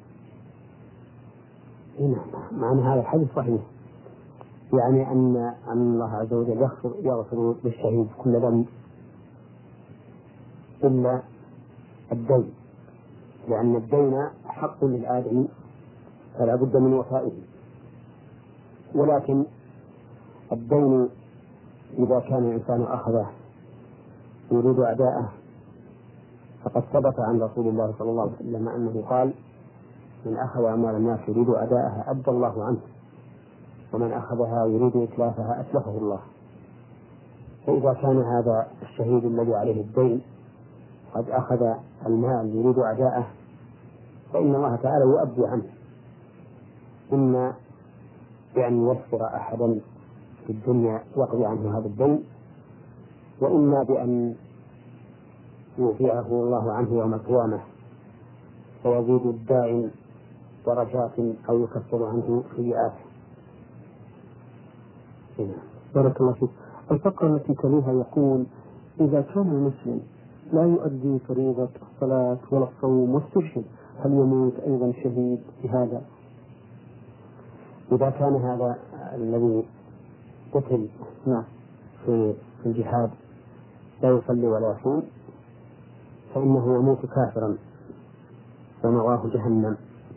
نعم، معنى هذا الحديث صحيح، يعني أن أن الله عز وجل يغفر يغفر للشهيد كل ذنب إلا الدين، لأن الدين حق للآدمي فلا بد من وفائه. ولكن الدين إذا كان الإنسان أخذه يريد أداءه فقد ثبت عن رسول الله صلى الله عليه وسلم أنه قال: من أخذ أموال الناس يريد أداءها أدى الله عنه، ومن أخذها يريد إتلافها أتلفه الله. فإذا كان هذا الشهيد الذي عليه الدين قد أخذ المال يريد أداءه فإن الله تعالى يؤدي عنه، إما بأن يوفر أحدا في الدنيا يقضي عنه هذا الدين، وإما بأن يوفيه الله عنه يوم القيامة فيزيد الدائن درجات أو يكفر عنه سيئاته. بارك الله فيك. الفقرة التي تليها يقول: إذا كان المسلم لا يؤدي فريضة الصلاة ولا الصوم واستشهد هل يموت أيضا شهيد بهذا؟ إذا كان هذا الذي قتل نعم في الجهاد لا يصلي ولا يصوم فإنه يموت كافرا ومأواه جهنم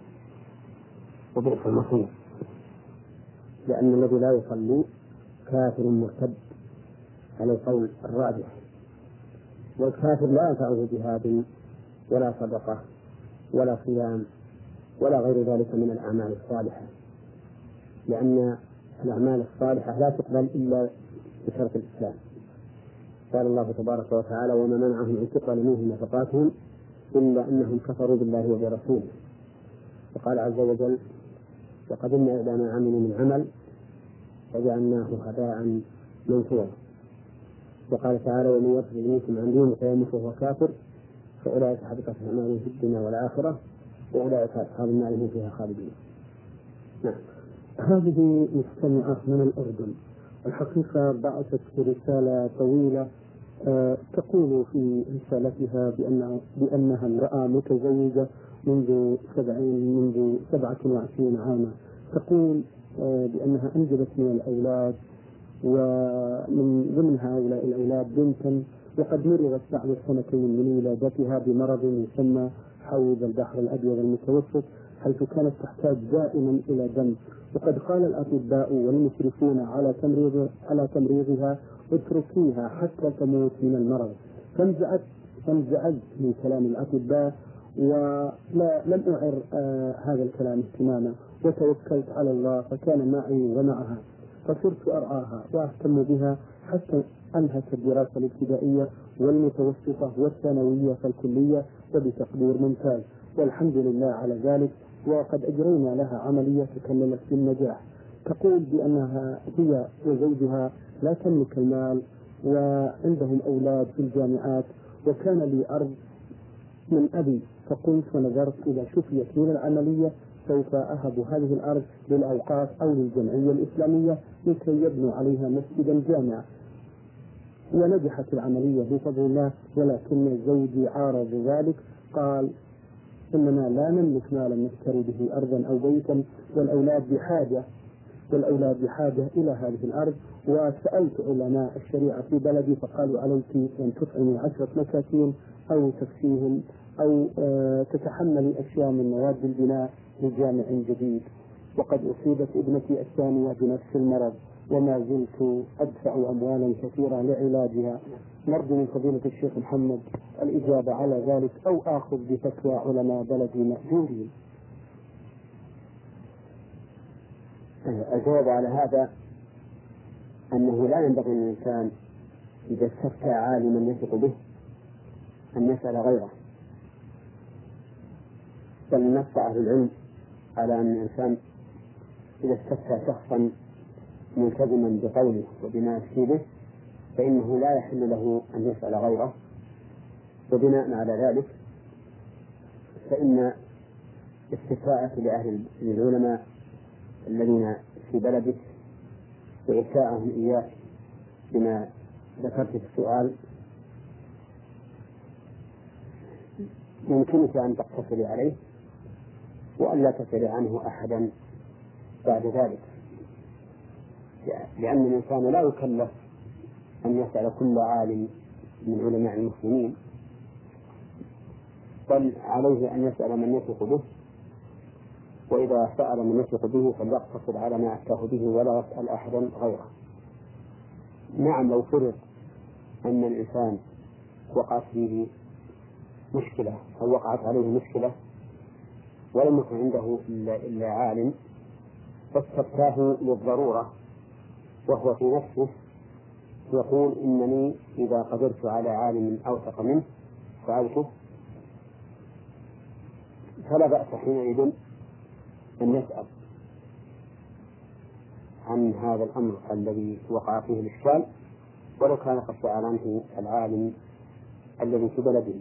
وبئس المصير، لأن الذي لا يصلي كافر مرتد على القول الراجح، والكافر لا ينفعه جهاد ولا صدقة ولا صيام ولا غير ذلك من الأعمال الصالحة، لأن الأعمال الصالحة لا تقبل إلا بشرط الإسلام. قال الله تبارك وتعالى: وما منعهم أن تقبل منهم نفقاتهم إلا أنهم كفروا بالله وبرسوله. وقال عز وجل: وقدمنا إلى ما عملوا من عمل فجعلناه هباء منثورا. وقال تعالى: ومن يرتد منكم عن دينه فيموت وهو كافر فأولئك حبطت أعمالهم في الدنيا والآخرة وأولئك أصحاب النار هم فيها خالدون. نعم. هذه مستمعة من الأردن، الحقيقة بعثت رسالة طويلة أه تقول في رسالتها بأن بأنها امرأة متزوجة منذ سبعين منذ سبعة وعشرين عاما. تقول أه بأنها أنجبت من الأولاد، ومن ضمن هؤلاء الأولاد بنتا، وقد مررت بعد سنتين من ولادتها بمرض يسمى حوض البحر الأبيض المتوسط، حيث كانت تحتاج دائما إلى دم. وقد قال الأطباء والمشرفون على تمريض على تمريضها: اتركيها حتى تموت من المرض. فانزعجت فانزعجت من كلام الأطباء ولم أعر آه هذا الكلام اهتماما، وتوكلت على الله فكان معي ومعها، فصرت أرعاها وأهتم بها حتى أنهت الدراسة الابتدائية والمتوسطة والثانوية فالكلية وبتقدير ممتاز، والحمد لله على ذلك. وقد أجرينا لها عملية تكملت بالنجاح. تقول بأنها هي وزوجها لا تملك المال وعندهم أولاد في الجامعات، وكان لي أرض من أبي، فقلت ونظرت إذا شفيت من العملية سوف أهب هذه الأرض للأوقاف أو للجمعية الإسلامية لكي يبنوا عليها مسجدا جامعا. ونجحت العملية بفضل الله، ولكن زوجي عارض ذلك، قال: إننا لا نملك مالا نشتري به أرضا أو بيتا، والأولاد بحاجة والأولاد بحاجة إلى هذه الأرض. وسألت علماء الشريعة في بلدي فقالوا: عليك أن تطعمي عشرة مساكين أو تكفيهم أو آه تتحملي أشياء من مواد البناء لجامع جديد. وقد أصيبت ابنتي الثانية بنفس المرض وما زلت أدفع أموالا كثيرة لعلاجها. نرجو من فضيلة الشيخ محمد الإجابة على ذلك، أو آخذ بفتوى علماء بلدي مأجورين. الجواب على هذا أنه لا ينبغي للإنسان إذا استفتى عالما يثق به أن يسأل غيره، بل نص أهل العلم على أن الإنسان إذا استفتى شخصا ملتزما بقوله وبما يفتي به فإنه لا يحل له أن يسأل غيره. وبناء على ذلك فإن استفتاءك لأهل العلماء الذين في بلدك وإفتاءهم إياك بما ذكرت في السؤال يمكنك أن تقتصري عليه وأن لا تسألي عنه أحدا بعد ذلك، لأن الإنسان لا يكلف أن يسأل كل عالم من علماء المسلمين، بل عليه أن يسأل من يثق به، وإذا سأل من يثق به فليقتصر على ما أفتاه به ولا يسأل أحدا غيره. نعم، لو فرض أن الإنسان وقعت فيه مشكلة أو وقعت عليه مشكلة ولم يكن عنده إلا عالم فاستفتاه للضرورة وهو في نفسه يقول: إنني إذا قدرت على عالم أوثق منه فعلته، فلا بأس حينئذ أن يسأل عن هذا الأمر الذي وقع فيه الإشكال ولو كان قد سأل عنه العالم الذي في بلده.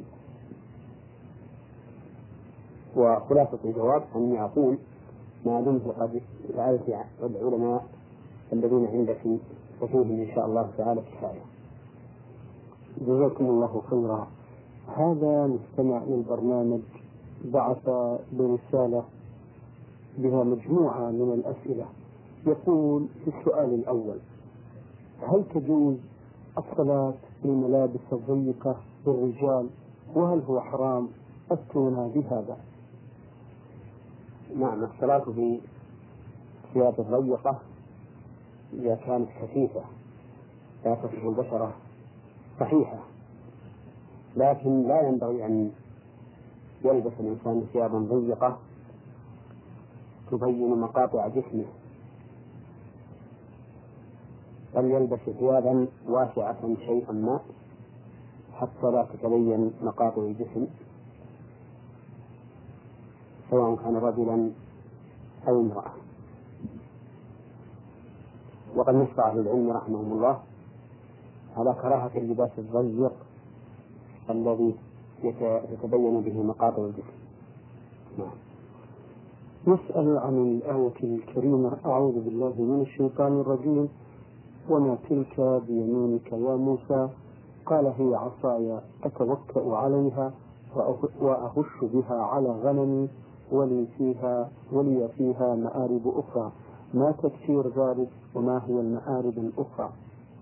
وخلاصة الجواب أني أقول ما دمت قد سألت العلماء الذين عندك ففيهم إن شاء الله تعالى كفاية. جزاكم الله خيرا. هذا مستمع للبرنامج بعث برسالة بها مجموعة من الأسئلة. يقول في السؤال الأول: هل تجوز الصلاة في الملابس الضيقة للرجال، وهل هو حرام؟ أفتونا بهذا. نعم، الصلاة في ثياب الضيقة إذا كانت خفيفة لا تصف البشرة صحيحة، لكن لا ينبغي أن يلبس الإنسان ثيابا ضيقة تبين مقاطع جسمه، بل يلبس ثيابا واسعة شيئا ما حتى لا تتبين مقاطع الجسم، سواء كان رجلا أو امرأة. وقد نص أهل العلم رحمهم الله على كراهة اللباس الضيق الذي يتبين به مقاطع الجسم. نعم. نسأل عن الآية الكريمة: أعوذ بالله من الشيطان الرجيم: وما تلك بيمينك يا موسى؟ قال: هي عصاي أتوكأ عليها وأهش بها على غنمي ولي فيها ولي فيها مآرب أخرى. ما تفسير ذلك وما هي المآرب الأخرى؟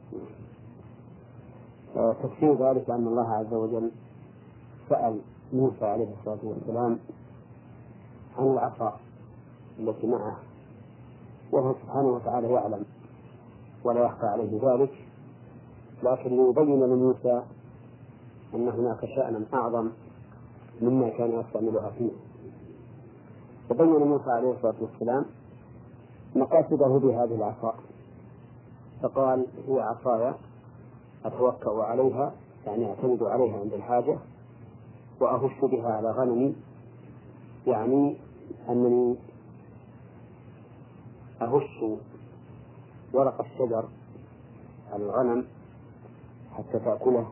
تفسير ذلك أن الله عز وجل سأل موسى عليه الصلاة والسلام عن العصا التي معه، وهو سبحانه وتعالى يعلم ولا يخفى عليه ذلك، لكن ليبين لموسى أن هناك شأنا أعظم مما كان يستعملها فيه. فبين موسى عليه الصلاة والسلام مقاصده بهذه العصا، فقال: هي عصاي أتوكأ عليها، يعني أعتمد عليها عند الحاجة، وأهش بها على غنمي، يعني أنني أهش ورق الشجر على الغنم حتى تأكله،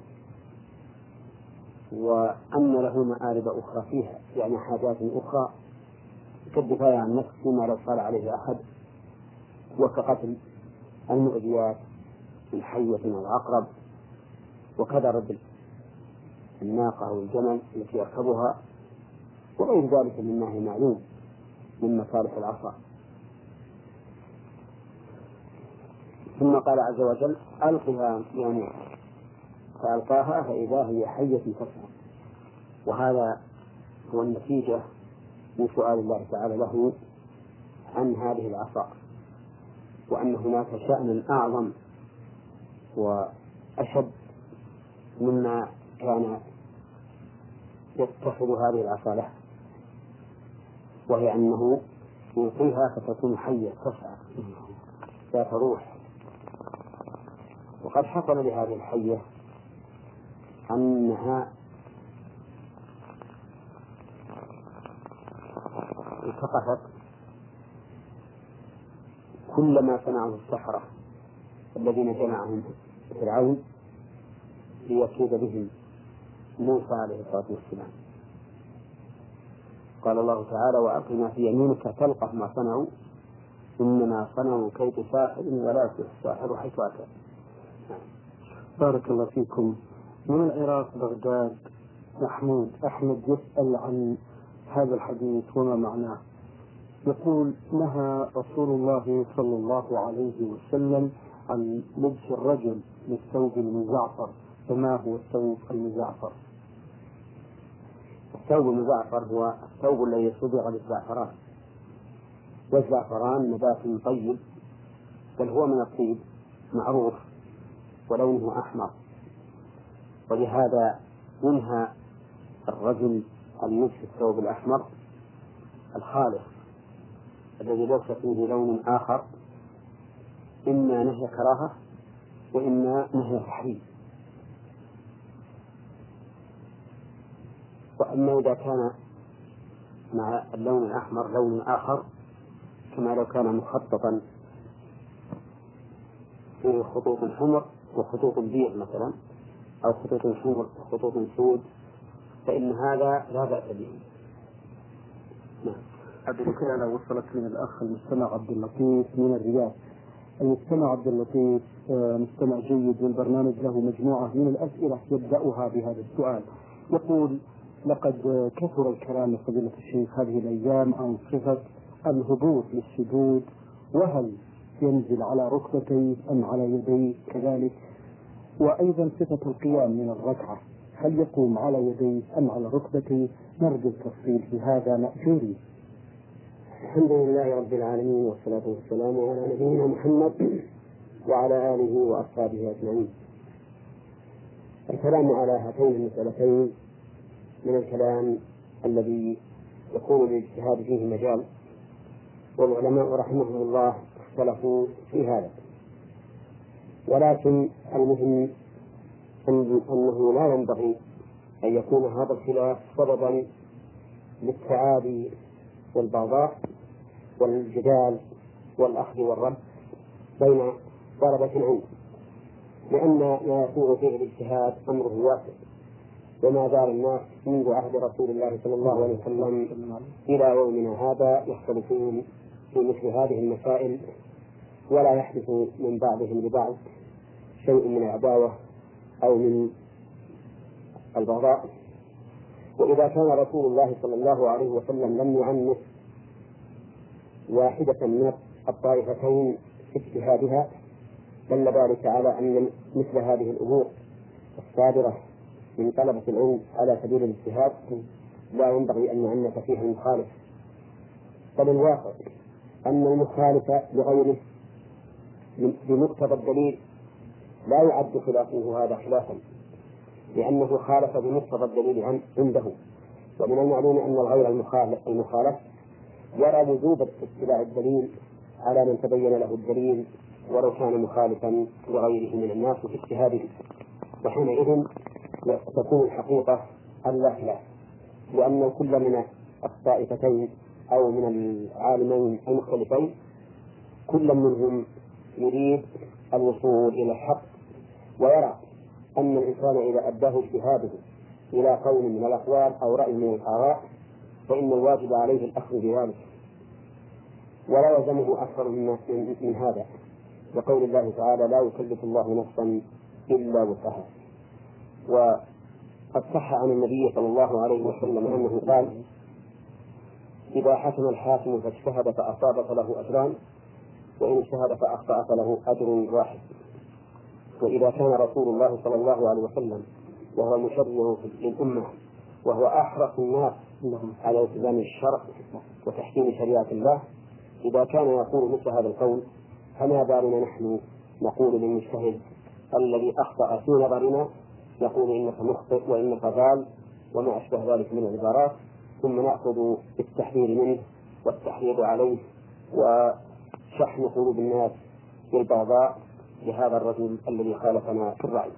وأن له مآرب أخرى فيها، يعني حاجات أخرى كالدفاع عن نفسه ما لو صار عليه أحد، وكقتل المؤذيات من حية والعقرب، وكذا رد الناقة والجمل التي يركبها، وغير ذلك مما هي معلوم من مصالح العصا. ثم قال عز وجل: ألقها يا موسى، فألقاها فإذا هي حية تسعى. وهذا هو النتيجة من سؤال الله تعالى له عن هذه العصا، وأن هناك شأنا أعظم وأشد مما كان يتخذ هذه العصا له، وهي أنه يلقيها فتكون حية تسعى ذات روح. وقد حصل لهذه الحية أنها التقطت كل ما صنعه السحرة الذين جمعهم فرعون ليكيد بهم موسى عليه الصلاة والسلام. قال الله تعالى: وألق ما في يمينك تلقف ما صنعوا إنما صنعوا كيد ساحر ولا يفلح الساحر حيث أتى. بارك الله فيكم. من العراق بغداد محمود أحمد يسأل عن هذا الحديث وما معناه. يقول: نهى رسول الله صلى الله عليه وسلم عن لبس الرجل للثوب المزعفر، فما هو الثوب المزعفر؟ الثوب المزعفر هو الثوب الذي صبغ بالزعفران، والزعفران نبات طيب، بل هو من الطيب معروف، ولونه أحمر، ولهذا ينهى الرجل عن لبس الثوب الأحمر الخالص الذي ليس فيه لون آخر، إما نهي كراهة وإما نهي تحريم. وأما إذا كان مع اللون الأحمر لون آخر، كما لو كان مخططا فيه خطوط حمر وخطوط بيض مثلا، أو خطوط حمر وخطوط سود، فإن هذا لا بأس به. نعم. الرسالة وصلت من الأخ المستمع عبد اللطيف من الرياض. المستمع عبد اللطيف مستمع جيد، والبرنامج له مجموعة من الأسئلة يبدأها بهذا السؤال. يقول: لقد كثر الكلام فضيلة الشيخ هذه الأيام عن صفة الهبوط للسجود، وهل ينزل على ركبتيه أم على يديه كذلك؟ وأيضا صفة القيام من الركعة، هل يقوم على يديه أم على ركبتيه؟ نرجو التفصيل في هذا مأجوري. الحمد لله رب العالمين، والصلاة والسلام على نبينا محمد وعلى آله وأصحابه أجمعين. الكلام على هاتين المسألتين من الكلام الذي يكون للاجتهاد فيه مجال، والعلماء رحمهم الله اختلفوا في هذا. ولكن المهم أنه لا ينبغي أن يكون هذا الخلاف سببا للتعادي والبغضاء والجدال والأخذ والرد بين طلبة العلم، لأن ما يسوغ فيه الاجتهاد أمره واسع، وما زال الناس منذ عهد رسول الله صلى الله عليه وسلم إلى يومنا هذا يختلفون في مثل هذه المسائل، ولا يحدث من بعضهم لبعض شيء من العداوة أو من البغضاء. وإذا كان رسول الله صلى الله عليه وسلم لم يعنف واحدة من الطائفتين في اجتهادها، دل ذلك على أن مثل هذه الأمور الصادرة من طلبة العلم على سبيل الاجتهاد لا ينبغي أن يعنف فيها المخالف، بل الواقع أن المخالف لغيره بمقتضى الدليل لا يعد خلافه هذا خلافا، لأنه خالف بمقتضى الدليل عنده. ومن المعلوم أن الغير المخالف, المخالف يرى وجوب اتباع الدليل على من تبين له الدليل ولو كان مخالفا لغيره من الناس في اجتهاده، وحينئذ تكون الحقيقة ألا خلاف، لأن كل من الطائفتين أو من العالمين المختلفين كل منهم يريد الوصول إلى الحق، ويرى أن الإنسان إذا أداه اجتهاده إلى قول من الأقوال أو رأي من الآراء فإن الواجب عليه الأخذ بذلك، ولا يلزمه أكثر من, من, من هذا، وقول الله تعالى لا يكلف الله نفسا إلا وسعها. وقد صح عن النبي صلى الله عليه وسلم أنه قال إذا حكم الحاكم فاجتهد فأصاب فله أجران، وإن اجتهد فأخطأ فله أجر واحد. وإذا كان رسول الله صلى الله عليه وسلم وهو المشرع للأمة وهو أحرص الناس على التزام الشرع وتحكيم شريعة الله، إذا كان يقول مثل هذا القول فما بالنا نحن نقول للمجتهد الذي أخطأ في نظرنا نقول إنك مخطئ وإنك ضال وما أشبه ذلك من العبارات، ثم نأخذ بالتحذير منه والتحريض عليه وشحن قلوب الناس بالبغضاء لهذا الرجل الذي خالفنا في الرأي.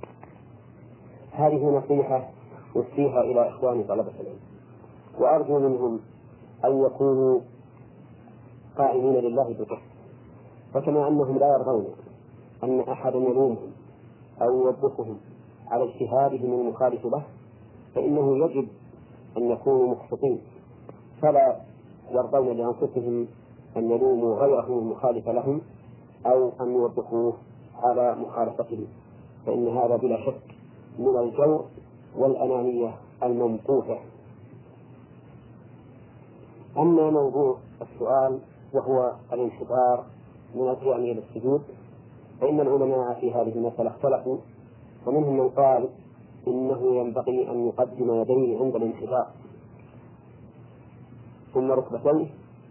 هذه نصيحة أوصيها إلى إخواني طلبة العلم، وأرجو منهم أن يكونوا قائمين لله بالقسط، فكما أنهم لا يرضون أن أحد يلومهم أو يوبخهم على اجتهادهم المخالف له، فإنه يجب أن يكونوا مقسطين، فلا يرضون لأنفسهم أن يلوموا غيرهم المخالف لهم أو أن يوبخوه على مخالفته، فإن هذا بلا شك من الجور والأنانية الممقوتة. أما موضوع السؤال وهو الانحدار من القيام إلى السجود، فإن العلماء في هذه المسألة اختلفوا، ومنهم من قال إنه ينبغي أن يقدم يديه عند الانحدار ثم ركبتيه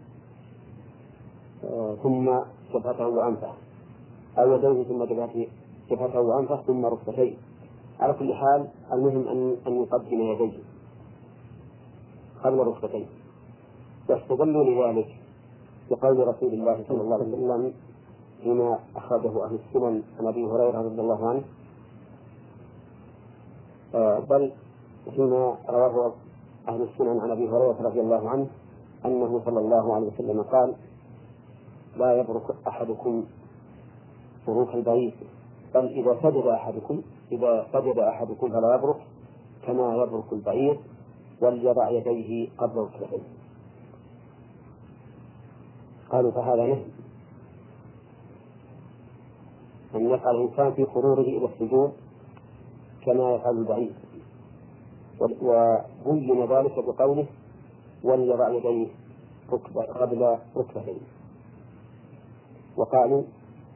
ثم جبهته وأنفه، أو يديه ثم جبهته وأنفه ثم ركبتيه. على كل حال المهم أن أن يقدم يديه قبل ركبتيه، واستدلوا لذلك بقول رسول الله صلى الله عليه وسلم فيما أخرجه أهل السنن عن أبي هريرة رضي الله عنه، بل فيما رواه أهل السنن عن أبي هريرة رضي الله عنه أنه صلى الله عليه وسلم قال لا يبرك أحدكم بروك البعيد، بل إذا سجد أحدكم إذا سجد أحدكم فلا يبرك كما يبرك البعير وليضع يديه قبل ركبتيه. قالوا فهذا نهي أن يفعل الإنسان في خروجه إلى السجود كما يفعل البعير، وبين ذلك بقوله وليضع يديه قبل ركبتيه. وقالوا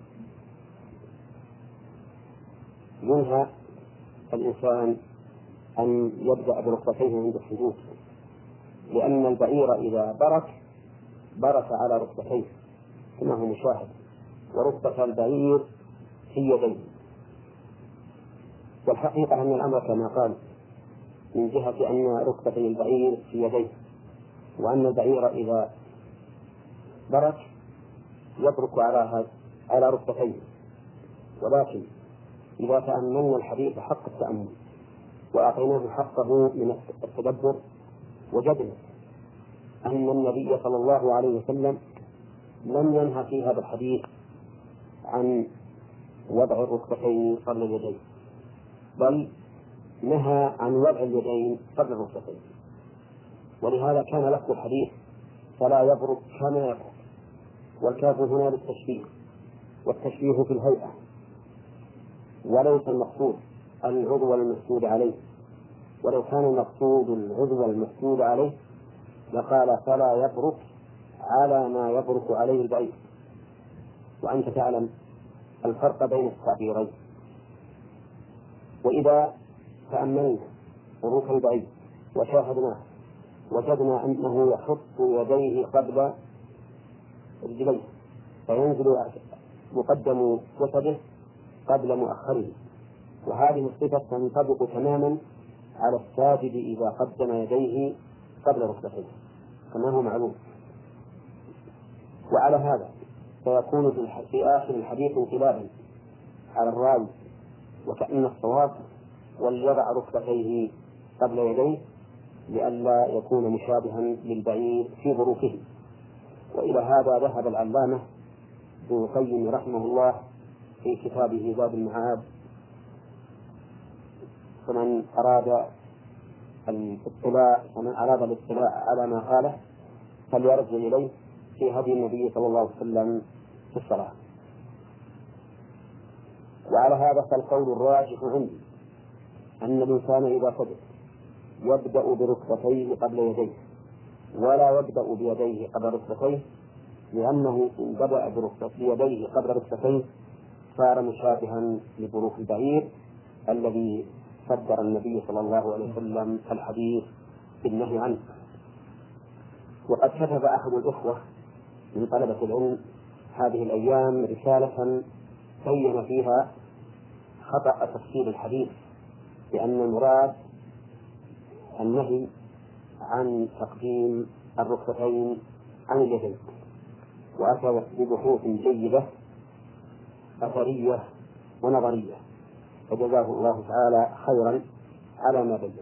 ينهى الإنسان أن يبدأ بركبتيه عند السجود، لأن البعير إذا برك برك على ركبتيه كما هو مشاهد، وركبة البعير في يديه. والحقيقة أن الأمر كما قال من جهة أن ركبتي البعير في يديه، وأن البعير إذا برك يبرك على على ركبتيه. ولكن إذا تأملنا الحديث حق التأمل وأعطيناه حقه من التدبر وجدنا أن النبي صلى الله عليه وسلم لم ينهى في هذا الحديث عن وضع الركبتين قبل اليدين، بل نهى عن وضع اليدين قبل الركبتين. ولهذا كان لفظ الحديث فلا يبرك كما يبرك، والكاف هنا للتشبيه، والتشبيه في الهيئة، وليس المقصود العضو المسجود عليه. ولو كان المقصود العضو المسجود عليه لقال فلا يبرك على ما يبرك عليه البعير. وأنت تعلم الفرق بين التعبيرين. وإذا تأملنا بروك البعير وشاهدناه وجدنا أنه يحط يديه قبل رجليه، فينزل مقدم جسده قبل مؤخره، وهذه الصفة تنطبق تماما على الساجد إذا قدم يديه قبل ركبتيه كما هو معلوم. وعلى هذا فيكون في آخر الحديث انقلابا على الراوي، وكأن الصواب وليضع ركبتيه قبل يديه لئلا يكون مشابها للبعير في ظروفه. وإلى هذا ذهب العلامة ابن القيم رحمه الله في كتابه زاد المعاد. فمن أراد الاطلاع فمن أراد الاطلاع على ما قاله فليرجع إليه في هدي النبي صلى الله عليه وسلم في الصلاة. وعلى هذا فالقول الراجح عندي أن الإنسان إذا سجد يبدأ بركبتيه قبل يديه ولا يبدأ بيديه قبل ركبتيه، لأنه إن بدأ بيديه قبل ركبتيه صار مشابها لبروك البعير الذي صدر النبي صلى الله عليه وسلم الحديث بالنهي عنه. وقد كتب أحد الإخوة من طلبة العلم هذه الأيام رسالة بين فيها خطأ تفسير الحديث، لأن المراد النهي عن تقديم الركبتين عن اليدين، وأتى ببحوث جيدة أثرية ونظرية، فجزاه الله تعالى خيرا على ما بين.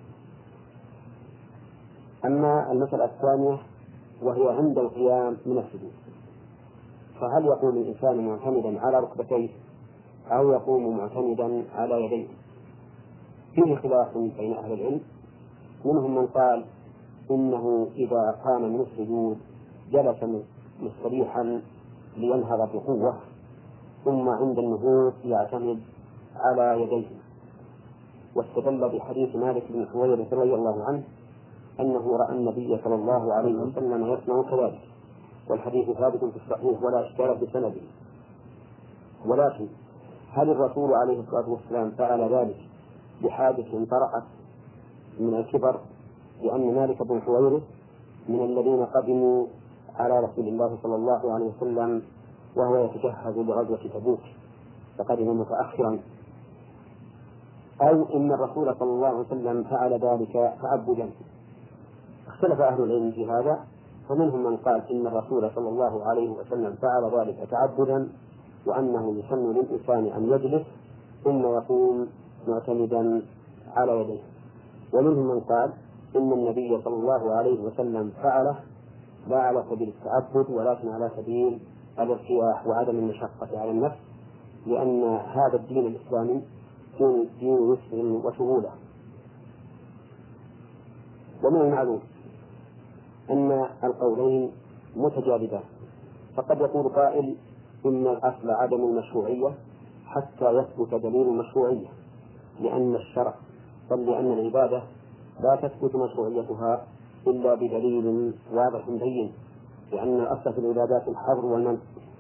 أما المسألة الثانية وهي عند القيام من السجود، فهل يقوم الإنسان معتمدا على ركبتيه أو يقوم معتمدا على يديه؟ فيه خلاف بين أهل العلم، منهم من قال إنه إذا قام من السجود جلس مستريحا لينهض بقوة، ثم عند النهوض يعتمد على يديه، واستدل بحديث مالك بن حويرث رضي الله عنه أنه رأى النبي صلى الله عليه وسلم يصنع كذلك، والحديث ثابت في الصحيح ولا إشكال في سنده. ولكن هل الرسول عليه الصلاة والسلام فعل ذلك بحادث طرأت من الكبر؟ لأن مالك بن حويرث من الذين قدموا على رسول الله صلى الله عليه وسلم وهو يتجهز لغزوة تبوك، فقدم متأخرا، أو إن الرسول صلى الله عليه وسلم فعل ذلك تعبدا. اختلف أهل العلم في هذا، فمنهم من قال إن الرسول صلى الله عليه وسلم فعل ذلك تعبدا، وأنه يسن للإنسان أن يجلس ثم يقوم معتمدا على يديه. ومنهم من قال إن النبي صلى الله عليه وسلم فعله لا على سبيل التعبد ولكن على سبيل الارتياح وعدم المشقة على النفس، لأن هذا الدين الإسلامي دين يسر وسهولة. ومن المعلوم أن القولين متجاذبان، فقد يقول قائل إن الأصل عدم المشروعية حتى يثبت دليل المشروعية، لأن الشرع بل لأن العبادة لا تثبت مشروعيتها إلا بدليل واضح بين، لأن الأصل في العبادات الحظر والمنع.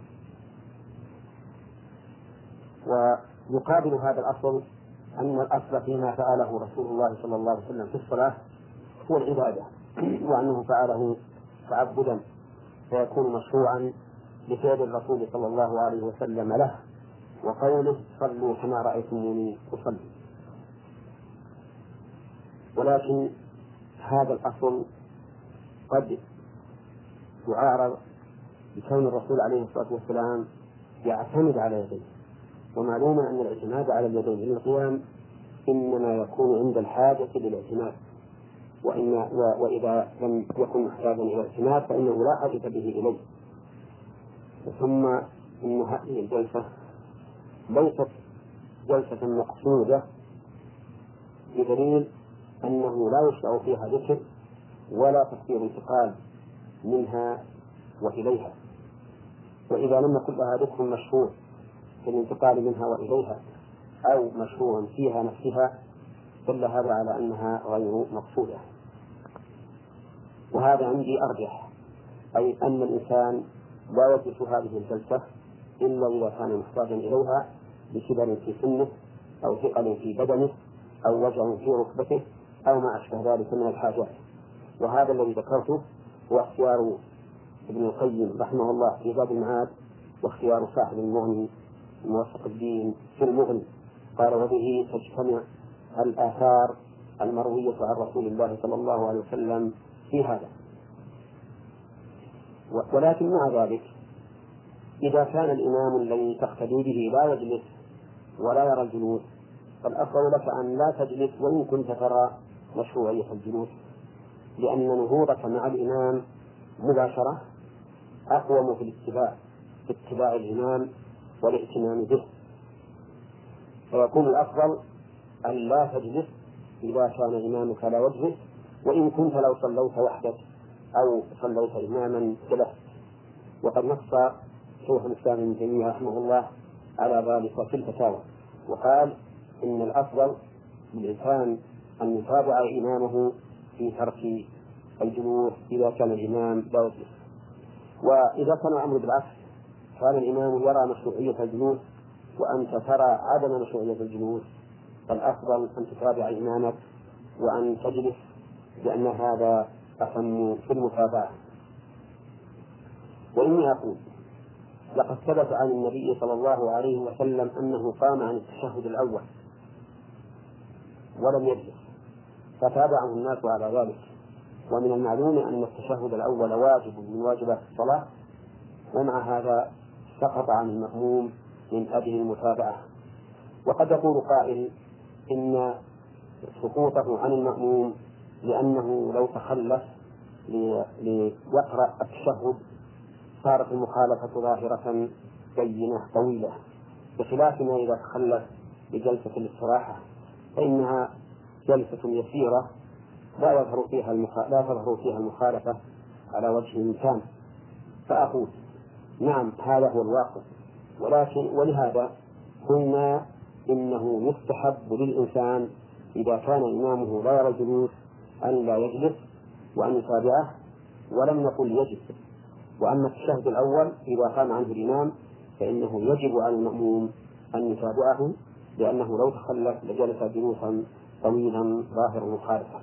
ويقابل هذا الأصل أن الأصل فيما فعله رسول الله صلى الله عليه وسلم في الصلاة هو العبادة، وأنه فعله تعبدا فيكون مشروعا لفعل الرسول صلى الله عليه وسلم له، وقوله صلوا كما رأيتموني أصلي. ولكن هذا الأصل قد يعارض بكون الرسول عليه الصلاة والسلام يعتمد على يديه، ومعلوم أن الاعتماد على اليدين للقيام إنما يكون عند الحاجة للاعتماد، وإن وإذا لم يكن محتاجا إلى الاعتماد فإنه لا حاجة به إليه. ثم إن هذه الجلسة ليست جلسة مقصودة، بدليل أنه لا يشرع فيها ذكر ولا تفسير انتقال منها وإليها، وإذا لم يكن لها ذكر مشهور في الانتقال منها وإليها أو مشهور فيها نفسها دل هذا على أنها غير مقصودة. وهذا عندي أرجح، أي أن الإنسان لا يجلس هذه الجلسة إلا إذا كان محتاجا إليها بشبر في سنه أو ثقل في بدنه أو وجع في ركبته أو ما أشبه ذلك من الحاجات. وهذا الذي ذكرته هو اختيار ابن القيم رحمه الله في باب المعاد، واختيار صاحب المغني موفق الدين في المغني، قال وبه تجتمع الآثار المروية عن رسول الله صلى الله عليه وسلم في هذا. ولكن مع ذلك إذا كان الإمام الذي تقتدي به لا يجلس ولا يرى الجلوس فالأفضل لك أن لا تجلس وإن كنت ترى مشروعية الجلوس، لأن نهوضك مع الإمام مباشرة أقوم في الاتباع في اتباع الإمام والاهتمام به، فيكون الأفضل أن لا تجلس إذا كان إمامك لا يجلس، وإن كنت لو صليت وحدك أو صليت إماما جلست. وقد نص شيخ الإسلام ابن تيمية رحمه الله على ذلك في الفتاوى، وقال إن الأفضل للإنسان أن يتابع إمامه في ترك الجلوس إذا كان الإمام لا يجلس. وإذا كان الأمر بالعكس، كان الإمام يرى مشروعية الجلوس وأنت ترى عدم مشروعية الجلوس، فالأفضل أن تتابع إمامك وأن تجلس، لأن هذا أهم في المتابعة. وإني أقول لقد ثبت عن النبي صلى الله عليه وسلم أنه قام عن التشهد الأول ولم يجلس فتابعه الناس على ذلك. ومن المعلوم أن التشهد الأول واجب من واجبات الصلاة، ومع هذا سقط عن المأموم من أجل المتابعة. وقد يقول قائل إن سقوطه عن المأموم لأنه لو تخلف ليقرأ التشهد صارت المخالفة ظاهرة بينة طويلة، بخلاف ما إذا تخلف بجلسة الاستراحة فإنها جلسة يسيرة لا يظهر فيها لا تظهر فيها المخالفة على وجه الإمكان. فأقول نعم هذا هو الواقع، ولكن ولهذا قلنا إنه يستحب للإنسان إذا كان إمامه لا يرى الجلوس أن لا يجلس وأن يتابعه، ولم نقل يجب. وأما التشهد الأول إذا قام عنه الإمام فإنه يجب على المأموم أن يتابعه، لأنه لو تخلف لجلس جلوسا طويلا ظاهر المخالفة.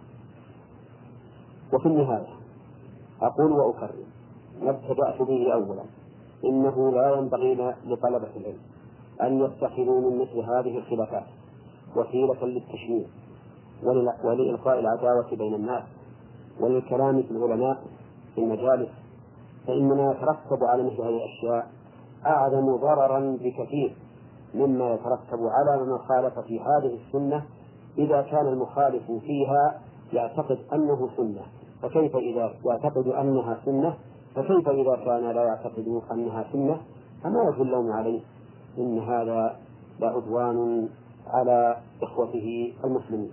وفي النهاية أقول وأكرر ما ابتدأت به أولا، إنه لا ينبغي لطلبة العلم أن يتخذوا من مثل هذه الخلافات وسيلة للتشمير ولإلقاء العداوة بين الناس وللكلام في العلماء في المجالس، فإنما يترتب على مثل هذه الأشياء أعظم ضررا بكثير مما يترتب على من خالف في هذه السنة إذا كان المخالف فيها يعتقد أنه سنة، فكيف إذا يعتقد أنها سنة فكيف إذا كان لا يعتقد أنها سنة؟ فما وجه اللوم عليه؟ إن هذا لعدوان على إخوته المسلمين.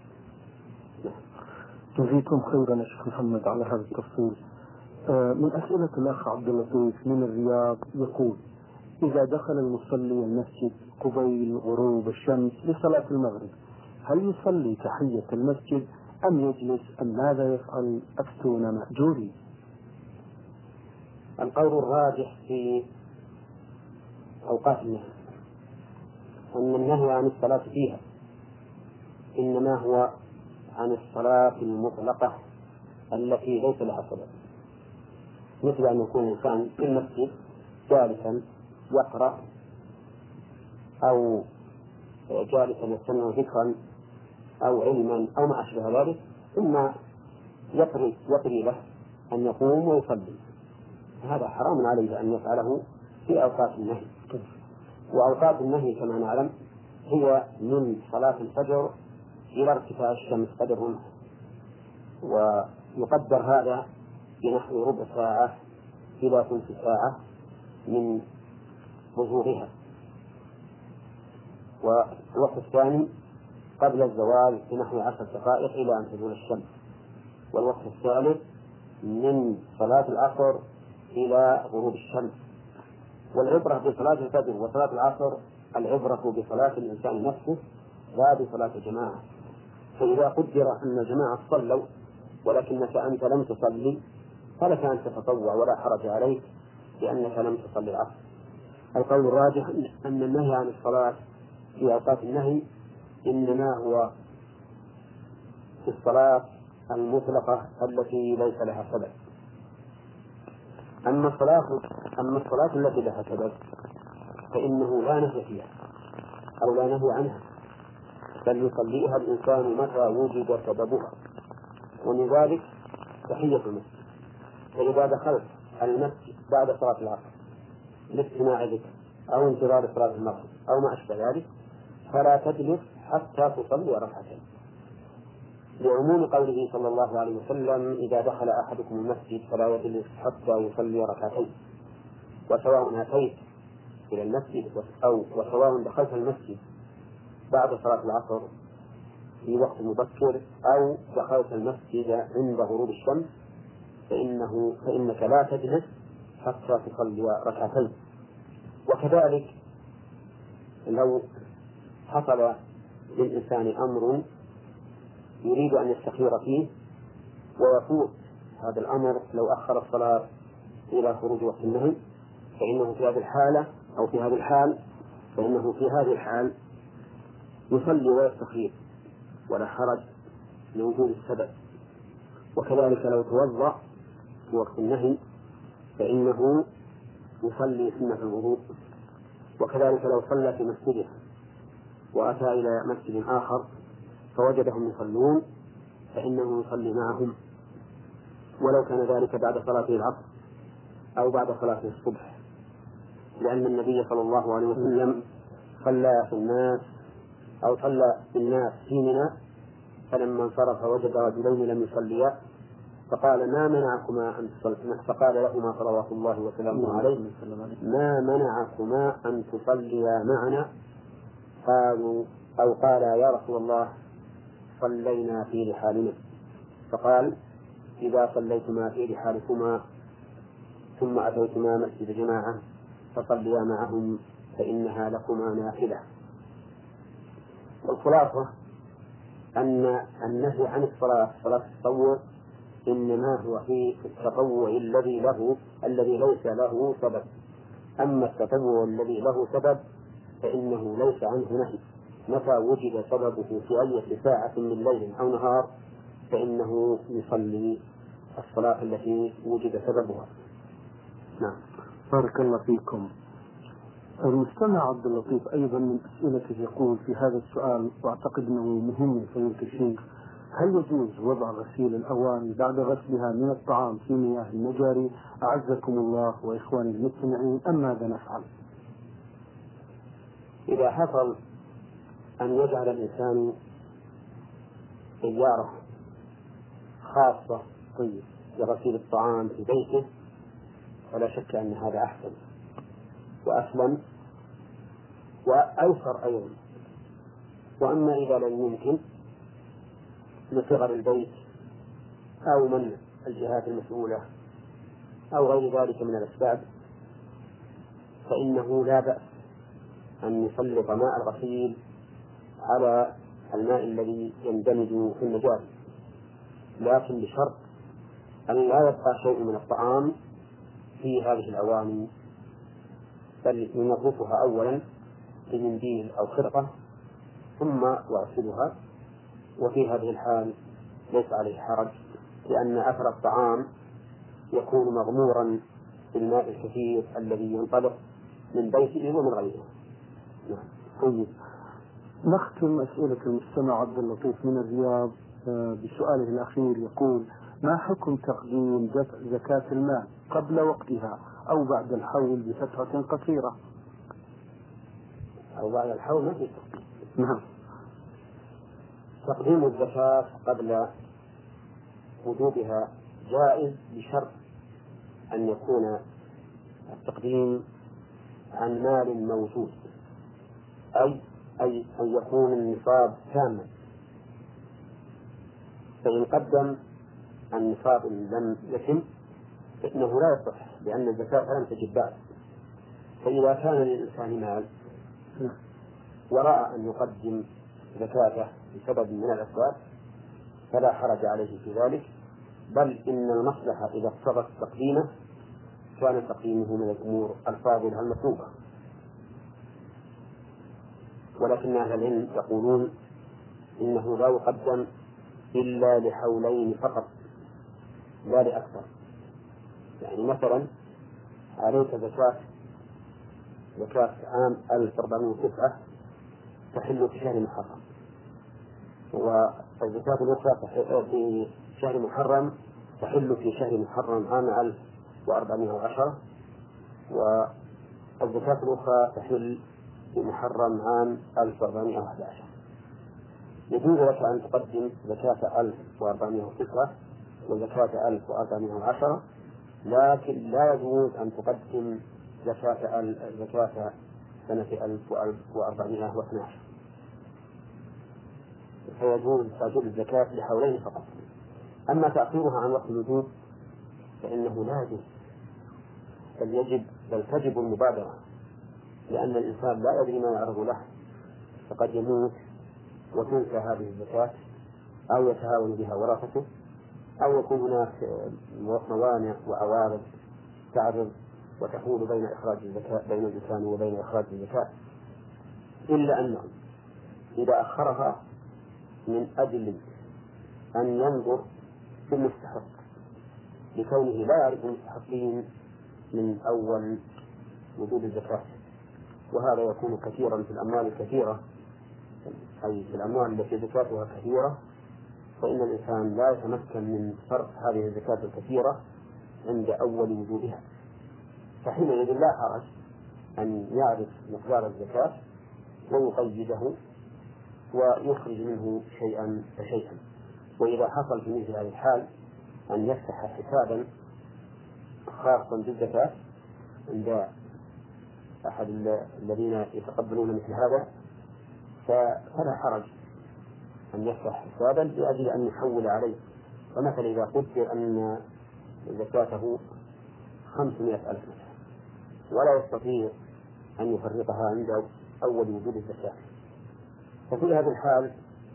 جزاكم خيرا يا شيخ محمد على هذا التفصيل. من أسئلة الأخ عبد اللطيف من الرياض يقول: إذا دخل المصلي المسجد قبيل غروب الشمس لصلاة المغرب هل يصلي تحية المسجد أم يجلس أم ماذا يفعل؟ أفتونا مأجورين. القول الراجح في أوقات النهي أن النهي عن الصلاة فيها إنما هو عن الصلاة المطلقة التي ليس لها سبب، مثل أن يكون الإنسان في المسجد جالسا يقرأ أو جالسا يستمع ذكرا أو علما أو ما أشبه ذلك، ثم يقري يقري له أن يقوم ويصلي، هذا حرام عليه أن يفعله في أوقات النهي. وأوقات النهي كما نعلم هي من صلاة الفجر إلى ارتفاع الشمس قدر رمح، ويقدر هذا بنحو ربع ساعة إلى ثلث ساعة من ظهورها. والوقت الثاني قبل الزوال بنحو عشر دقائق إلى أن تزول الشمس. والوقت الثالث من صلاة العصر إلى غروب الشمس. والعبرة بصلاة الفجر وصلاة العصر العبرة بصلاة الإنسان نفسه لا بصلاة الجماعة. فإذا قدر أن الجماعة صلوا ولكنك أنت لم تصلي فلك أن تتطوع ولا حرج عليك لأنك لم تصلي العصر. القول الراجح أن النهي عن الصلاة في أوقات النهي إنما هو في الصلاة المطلقة التي ليس لها سبب. أما الصلاة أما الصلاة التي لها سبب فإنه لا نهي فيها أو لا نهي عنها، بل يصليها الإنسان متى وجد سببها. ومن ذلك تحية المسجد، فإذا دخلت المسجد بعد صلاة العصر لاستماع ذكر أو انتظار صلاة المغرب أو ما أشبه ذلك فلا تجلس حتى تصلي ركعتين، لعموم قوله صلى الله عليه وسلم: إذا دخل أحدكم المسجد فلا يجلس حتى يصلي ركعتين. وسواء أتيت إلى المسجد أو وسواء دخلت المسجد بعد صلاة العصر في وقت مبكر أو دخلت المسجد عند غروب الشمس فإنه فإنك لا تجلس حتى تصلي ركعتين. وكذلك لو حصل للإنسان أمر يريد أن يستخير فيه ويفوت هذا الأمر لو أخر الصلاة إلى خروج وقت النهي فإنه في هذه الحالة أو في هذه الحال فإنه في هذه الحال يصلي ويستخير ولا حرج لوجود السبب. وكذلك لو توضأ في وقت النهي فإنه يصلي سنة الوضوء. وكذلك لو صلى في مسجده وأتى إلى مسجد آخر فوجدهم يصلون فإنه يصلي معهم، ولو كان ذلك بعد صلاة العصر أو بعد صلاة الصبح، لأن النبي صلى الله عليه وسلم صلى في الناس أو صلى في الناس في منى فلما انصرف وجد رجلين لم يصليا فقال: ما منعكما أن تصليا؟ فقال لهما صلوات الله وسلامه عليه: ما منعكما أن تصليا معنا؟ قالوا أو قال: يا رسول الله صلينا في رحالنا. فقال: إذا صليتما في رحالكما ثم أتيتما مسجد جماعة فصليا معهم فإنها لكما نافلة. والخلاصة أن النهي عن الصلاة صلاة التطوع إنما هو في التطوع الذي له الذي ليس له سبب. أما التطوع الذي له سبب فإنه ليس عنه نهي، متى وجد سببه في أي ساعة من ليل أو نهار فإنه يصلي الصلاة التي وجد سببها. نعم، بارك الله فيكم. المستمع عبد اللطيف أيضا من أسئلته يقول في هذا السؤال، وأعتقد أنه مهم فضيلة الشيخ: هل يجوز وضع غسيل الأواني بعد غسلها من الطعام في مياه المجاري أعزكم الله وإخواني المستمعين، أم ماذا نفعل؟ إذا حصل أن يجعل الإنسان سيارة خاصة طيب لغسيل الطعام في بيته فلا شك أن هذا أحسن وأسلم وأيسر أيضا. وأما إذا لم يمكن لصغر البيت أو من الجهات المسؤولة أو غير ذلك من الأسباب فإنه لا بأس أن يسلط ماء الغسيل على الماء الذي يندمج في المجاري، لكن بشرط أن لا يبقى شيء من الطعام في هذه الأواني، بل ينظفها أولا بمنديل أو خرقة ثم يغسلها، وفي هذه الحال ليس عليه حرج، لأن أثر الطعام يكون مغمورا بالماء الكثير الذي ينطلق من بيته ومن غيره. طيب، نختم أسئلة المستمع عبد اللطيف من الرياض بسؤاله الأخير، يقول: ما حكم تقديم دفع زكاة المال قبل وقتها أو بعد الحول بفترة قصيرة؟ أو بعد الحول ما في تقديم. نعم. تقديم الزكاة قبل وجوبها جائز بشرط أن يكون التقديم عن مال موجود، أي أي أن يكون النصاب تاما. فإن قدم النصاب لم يتم فإنه لا يصح، لأن الزكاة لم تجب بعد. فإذا كان للإنسان مال ورأى أن يقدم زكاته بسبب من الأسباب فلا حرج عليه في ذلك، بل إن المصلحة إذا اقتضت تقديمه كان تقديمه من الأمور الفاضلة المطلوبة. ولكن أهل العلم يقولون إنه لا يقدم إلا لحولين فقط لا لأكثر. يعني مثلا عليك زكاة زكاة عام ألف وأربعمائة وتسعة تحل في شهر محرم، والزكاة الأخرى في شهر محرم تحل في شهر محرم عام ألف وأربعمائة وعشرة، والزكاة الأخرى تحل في محرم عام ألف وأربعمائة وأحد عشر. يجوز لك أن تقدم زكاة ألف وأربعمائة وتسعة وزكاة ألف وأربعمائة وعشرة، لكن لا يجوز أن تقدم زكاة زكاة سنة ألف وأربعمائة واثني عشر، فيجوز تأجيل الزكاة لحولين فقط. أما تأخيرها عن وقت الوجوب فإنه لا يجوز، بل يجب بل تجب المبادرة، لأن الإنسان لا يدري ما يعرض له، فقد يموت وتنسى هذه الزكاة أو يتهاون بها ورثته، أو يكون هناك موانع وعوارض تعرض وتحول بين إخراج الزكاة بين الإنسان وبين إخراج الزكاة، إلا أنه إذا أخرها من أجل أن ينظر في المستحق لكونه لا يعرف المستحقين من أول وجود الزكاة، وهذا يكون كثيرا في الأموال الكثيرة، أي في الأموال التي زكاتها كثيرة، فإن الإنسان لا يتمكن من صرف هذه الزكاة الكثيرة عند أول وجودها، فحينئذ لا حرج أن يعرف مقدار الزكاة ويقيده ويخرج منه شيئا فشيئا. وإذا حصل في مثل هذه الحال أن يفتح حسابا خاصا بالزكاة عند أحد الذين يتقبلون مثل هذا فلا حرج أن يفتح حسابا لأجل أن يحول عليه. ومثلا إذا قدر أن زكاته خمسمائة ألف ولا يستطيع أن يفرقها عند أول وجود الزكاة، ففي هذه الحال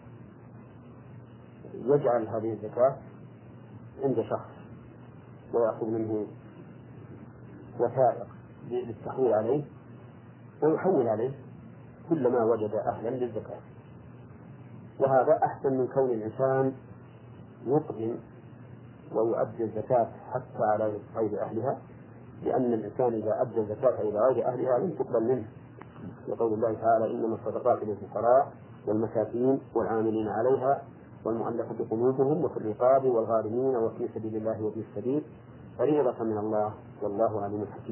يجعل هذه الزكاة عند شخص ويأخذ منه وثائق للتحويل عليه ويحول عليه كلما وجد أهلا للزكاة. وهذا أحسن من كون الإنسان يقدم ويؤدي الزكاة حتى على غير أهلها، لأن الإنسان إذا أدى الزكاة إلى غير أهلها لم تقبل منه، يقول الله تعالى: إنما الصدقات للفقراء والمساكين والعاملين عليها والمؤلفة قلوبهم وفي الرقاب والغارمين وفي سبيل الله وفي السبيل فريضة من الله والله عليم حكيم.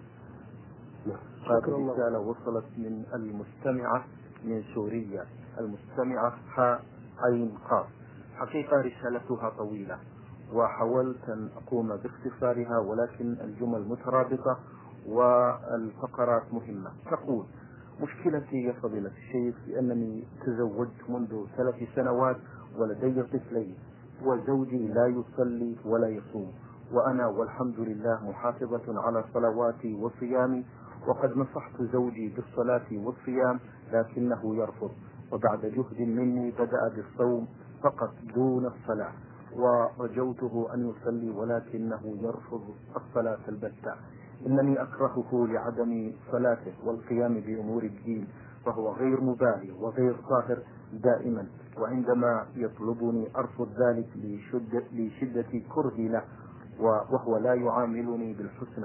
هذه رسالة وصلت من المستمعة من سوريا، المستمعة ح عين قاف. حقيقة رسالتها طويلة وحاولت أن أقوم باختصارها، ولكن الجمل مترابطة والفقرات مهمة. تقول: مشكلتي يا فضيلة الشيخ بأنني تزوجت منذ ثلاث سنوات ولدي طفلين، وزوجي لا يصلي ولا يصوم، وأنا والحمد لله محافظة على صلواتي وصيامي، وقد نصحت زوجي بالصلاة والصيام لكنه يرفض، وبعد جهد مني بدأ بالصوم فقط دون الصلاة، ورجوته أن يصلي ولكنه يرفض الصلاة البتة. إنني أكرهه لعدم صلاته والقيام بأمور الدين، فهو غير مبالي وغير طاهر دائما، وعندما يطلبني أرفض ذلك لشدة, لشدة كرهي له، وهو لا يعاملني بالحسنى.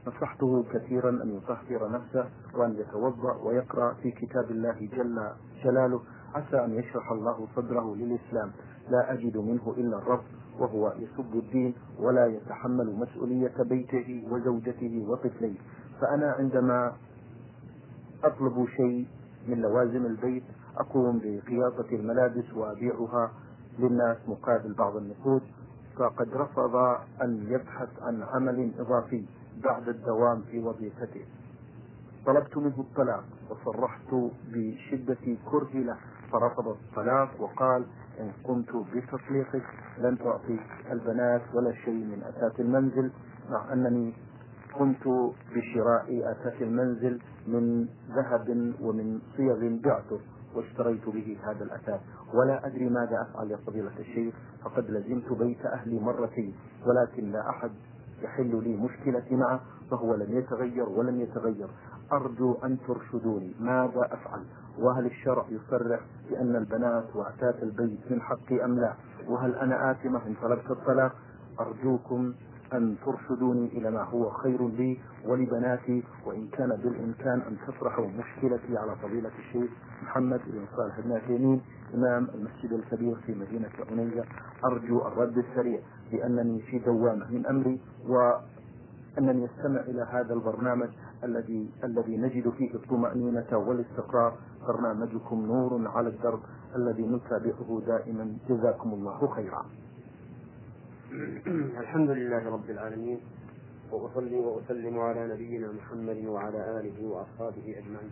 نصحته كثيرا أن يطهر نفسه وأن يتوضأ ويقرأ في كتاب الله جل جلاله عسى أن يشرح الله صدره للإسلام. لا أجد منه إلا الرفض، وهو يسب الدين ولا يتحمل مسؤولية بيته وزوجته وطفليه. فأنا عندما أطلب شيء من لوازم البيت أقوم بخياطة الملابس وأبيعها للناس مقابل بعض النقود، فقد رفض أن يبحث عن عمل إضافي بعد الدوام في وظيفته. طلبت منه الطلاق وصرحت بشدة كره له، فرفض الطلاق وقال إن قمت بتطليقك لن أعطي البنات ولا شيء من أثاث المنزل، مع أنني قمت بشراء أثاث المنزل من ذهب ومن صيغ بعته واشتريت به هذا الأثاث، ولا أدري ماذا أفعل يا فضيلة الشيخ، فقد لزمت بيت أهلي مرتين ولكن لا أحد يحل لي مشكلتي معه، فهو لم يتغير ولم يتغير. أرجو أن ترشدوني ماذا أفعل، وهل الشرع يصرح بأن البنات وأثاث البيت من حقي أم لا، وهل أنا آثمة إن طلبت الطلاق؟ أرجوكم أن ترشدوني إلى ما هو خير لي ولبناتي، وإن كان بالإمكان أن تطرحوا مشكلتي على فضيلة الشيخ محمد بن صالح بن عثيمين إمام المسجد الكبير في مدينة عنيزة. أرجو الرد السريع لأنني في دوامة من أمري، وأنني أستمع إلى هذا البرنامج الذي الذي نجد فيه الطمأنينة والاستقرار. برنامجكم نور على الدرب الذي نتابعه دائما، جزاكم الله خيرا. الحمد لله رب العالمين، وأصلي وأسلم على نبينا محمد وعلى آله وأصحابه أجمعين.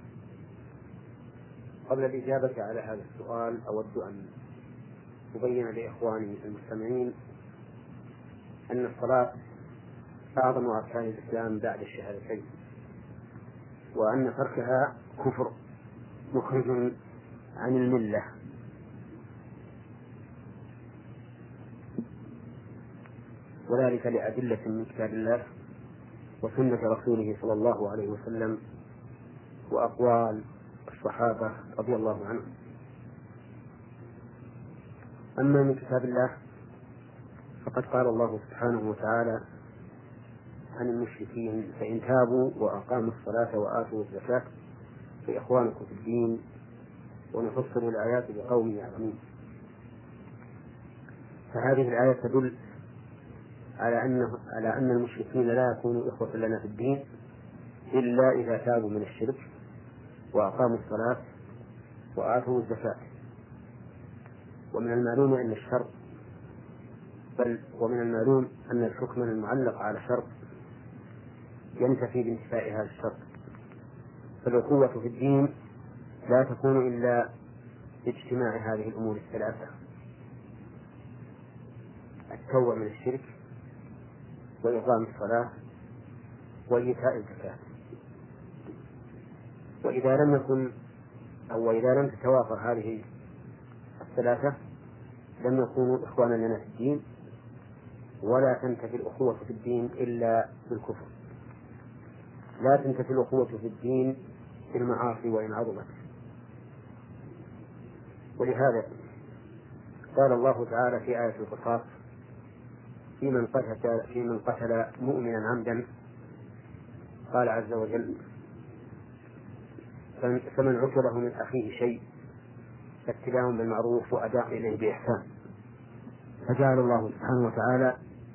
قبل الإجابة على هذا السؤال أود أن أبين لإخواني المستمعين أن الصلاة أعظم أركان الإسلام بعد الشهادتين، وأن تركها كفر مخرج عن الملة. وذلك لأدلة من كتاب الله وسنة رسوله صلى الله عليه وسلم وأقوال الصحابة رضي الله عنهم. أما من كتاب الله فقد قال الله سبحانه وتعالى عن المشركين فإن تابوا وأقاموا الصلاة وآتوا الزكاة فإخوانكم في الدين، ونفسر الآيات لقوم يعلمون. فهذه الآية تدل على أن على أن المشركين لا يكونوا إخوة لنا في الدين إلا إذا تابوا من الشرك وأقاموا الصلاة وآتوا الزكاة. ومن المعلوم أن الشرط بل ومن المعلوم أن الحكم المعلق على شرط ينتفي بانتفاء هذا الشرط، فالأخوة في الدين لا تكون إلا باجتماع هذه الأمور الثلاثة: التوبة من الشرك وإقام الصلاة وإيتاء الزكاة. وإذا لم يكن أو إذا لم تتوافر هذه الثلاثة لم يكونوا إخوانا لنا في الدين، ولا تنتفي الأخوة في الدين إلا بالكفر. لا تنتفي الأخوة في الدين بالمعاصي وإن عظمت. ولهذا قال الله تعالى في آية القصاص في من قتل في من قتل مؤمنا عمدا، قال عز وجل: فمن عفي له من أخيه شيء فاتباع بالمعروف وأداء إليه بإحسان. فجعل الله سبحانه وتعالى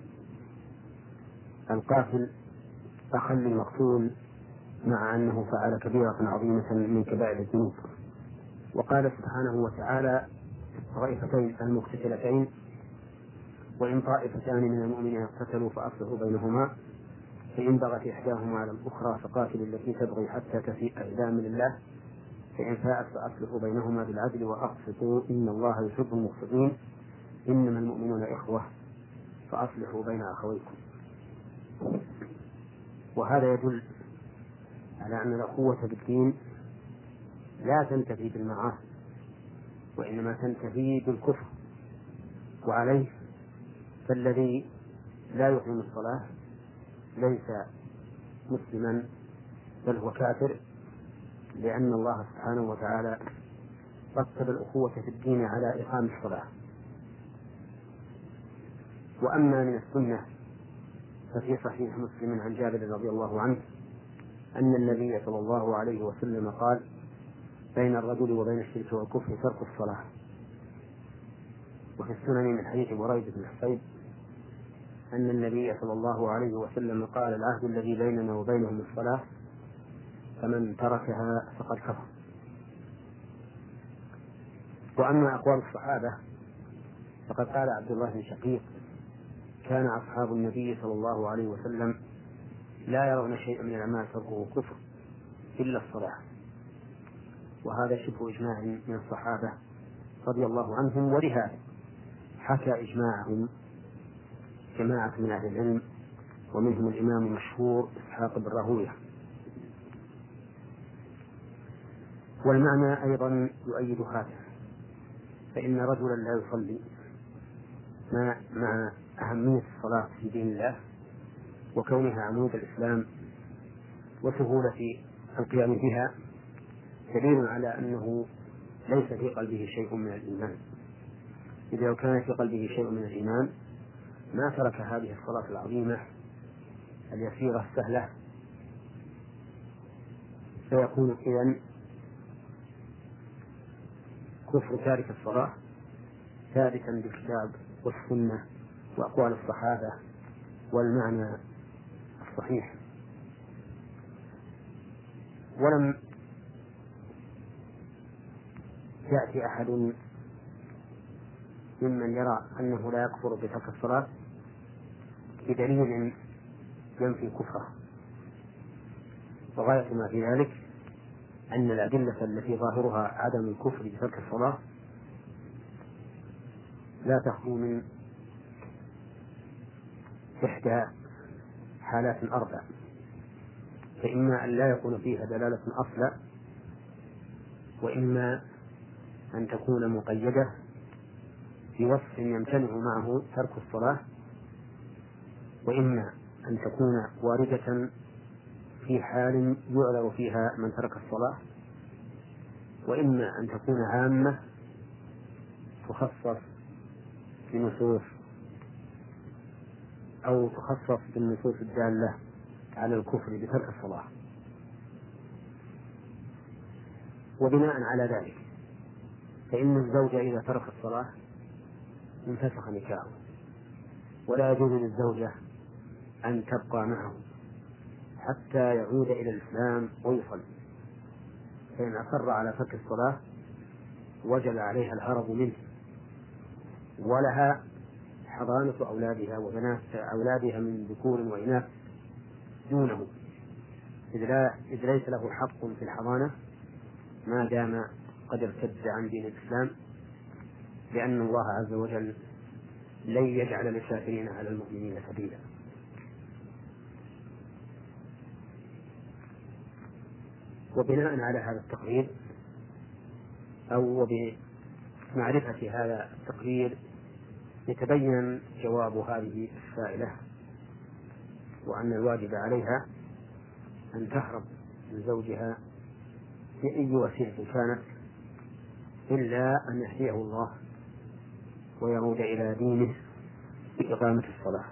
القاتل أخا للمقتول مع أنه فعل كبيرة عظيمة من كبائر الذنوب. وقال سبحانه وتعالى الطائفتين المقتتلتين: وإن طائفتان من المؤمنين اقتتلوا فأصلحوا بينهما فإن بغت إحداهما على الأخرى فقاتلوا التي تبغي حتى تفيء إلى أمر الله فإن فاءت فأصلحوا بينهما بالعدل وأقسطوا إن الله يحب المقسطين إنما المؤمنون إخوة فأصلحوا بين أخويكم. وهذا يدل على أن الأخوة بالدين لا تنتفي بالمعاصي وإنما تنتفي بالكفر. وعليه فالذي لا يقيم الصلاة ليس مسلما بل هو كافر، لأن الله سبحانه وتعالى رتب الأخوة في الدين على إقام الصلاة. وأما من السنة ففي صحيح مسلم عن جابر رضي الله عنه أن النبي صلى الله عليه وسلم قال: بين الرجل وبين الشرك والكفر ترك الصلاة. وفي السنن من حديث بريدة بن حصيب أن النبي صلى الله عليه وسلم قال: العهد الذي بيننا وبينهم الصلاة، فمن تركها فقد كفر. وأما أقوال الصحابة فقد قال عبد الله بن شقيق: كان أصحاب النبي صلى الله عليه وسلم لا يرون شيئا من الأعمال تركه كفر إلا الصلاة. وهذا شبه إجماع من الصحابة رضي الله عنهم، ولهذا حكى إجماعهم جماعة من أهل العلم، ومنهم الإمام المشهور إسحاق بن راهويه. والمعنى أيضا يؤيد هذا، فإن رجلا لا يصلي مع, مع أهمية الصلاة في دين الله وكونها عمود الإسلام وسهولة القيام بها دليل على أنه ليس في قلبه شيء من الإيمان. إذا كان في قلبه شيء من الإيمان ما ترك هذه الصلاة العظيمة اليسيرة السهلة، فيكون إذن كفر تارك الصلاة ثابتا بالكتاب والسنة وأقوال الصحابة والمعنى الصحيح. ولم يأتي أحد ممن يرى أنه لا يكفر بترك الصلاة بدليل ينفي كفره، وغاية ما في ذلك أن الأدلة التي ظاهرها عدم الكفر بترك الصلاة لا تخلو من إحدى حالات أربع: فإما أن لا يكون فيها دلالة أصلا، وإما أن تكون مقيدة بوصف يمتنع معه ترك الصلاة، وإما أن تكون واردة في حال يعذر فيها من ترك الصلاة، وإما أن تكون عامة تخصص بنصوص أو تخصص بالنصوص الدالة على الكفر بترك الصلاة. وبناء على ذلك فإن الزوج إذا ترك الصلاة انفسخ نكاحه، ولا يجوز للزوجة أن تبقى معه حتى يعود إلى الإسلام ويصلي، فإن أصر على ترك الصلاة وجب عليها الهرب منه، ولها حضانة أولادها وبنات أولادها من ذكور وإناث دونه، إذ, لا إذ ليس له حق في الحضانة ما دام قد ارتد عن دين الإسلام، لأن الله عز وجل لن يجعل للكافرين على المؤمنين سبيلا. وبناء على هذا التقرير أو بمعرفة هذا التقرير يتبين جواب هذه السائلة، وأن الواجب عليها أن تهرب من زوجها بأي وسيلة كانت إلا أن يهديه الله ويعود إلى دينه بإقامة الصلاة.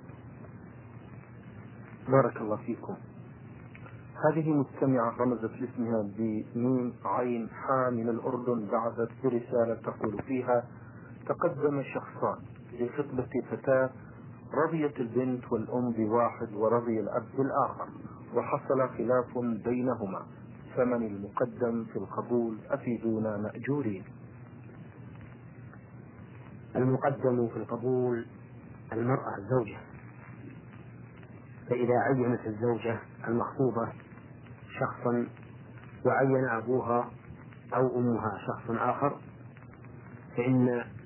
بارك الله فيكم. هذه مستمعة رمزت لاسمها بميم عين حا من الأردن، بعثت برسالة تقول فيها: تقدم شخصان لخطبة فتاة رضيت البنت والأم بواحد ورضي الأب بالآخر، وحصل خلاف بينهما، فمن المقدم في القبول؟ أفيدونا مأجورين. المقدم في القبول المرأة الزوجة، فإذا عينت الزوجة المخطوبة شخصا وعين أبوها أو أمها شخصا آخر فإن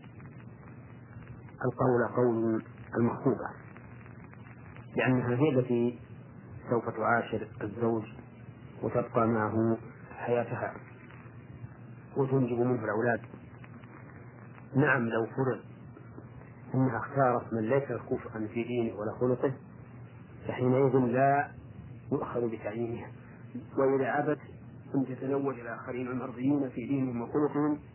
القول قول المخطوبة، لأنها هي التي سوف تعاشر الزوج وتبقى معه حياتها وتنجب منه الأولاد. نعم، لو فرض أنها اختارت من ليس كفءا في دينه ولا خلقه فحينئذ لا يؤخذ بتعيينها، وإذا أبت أن تتزوج الآخرين المرضيين في دينهم وخلقهم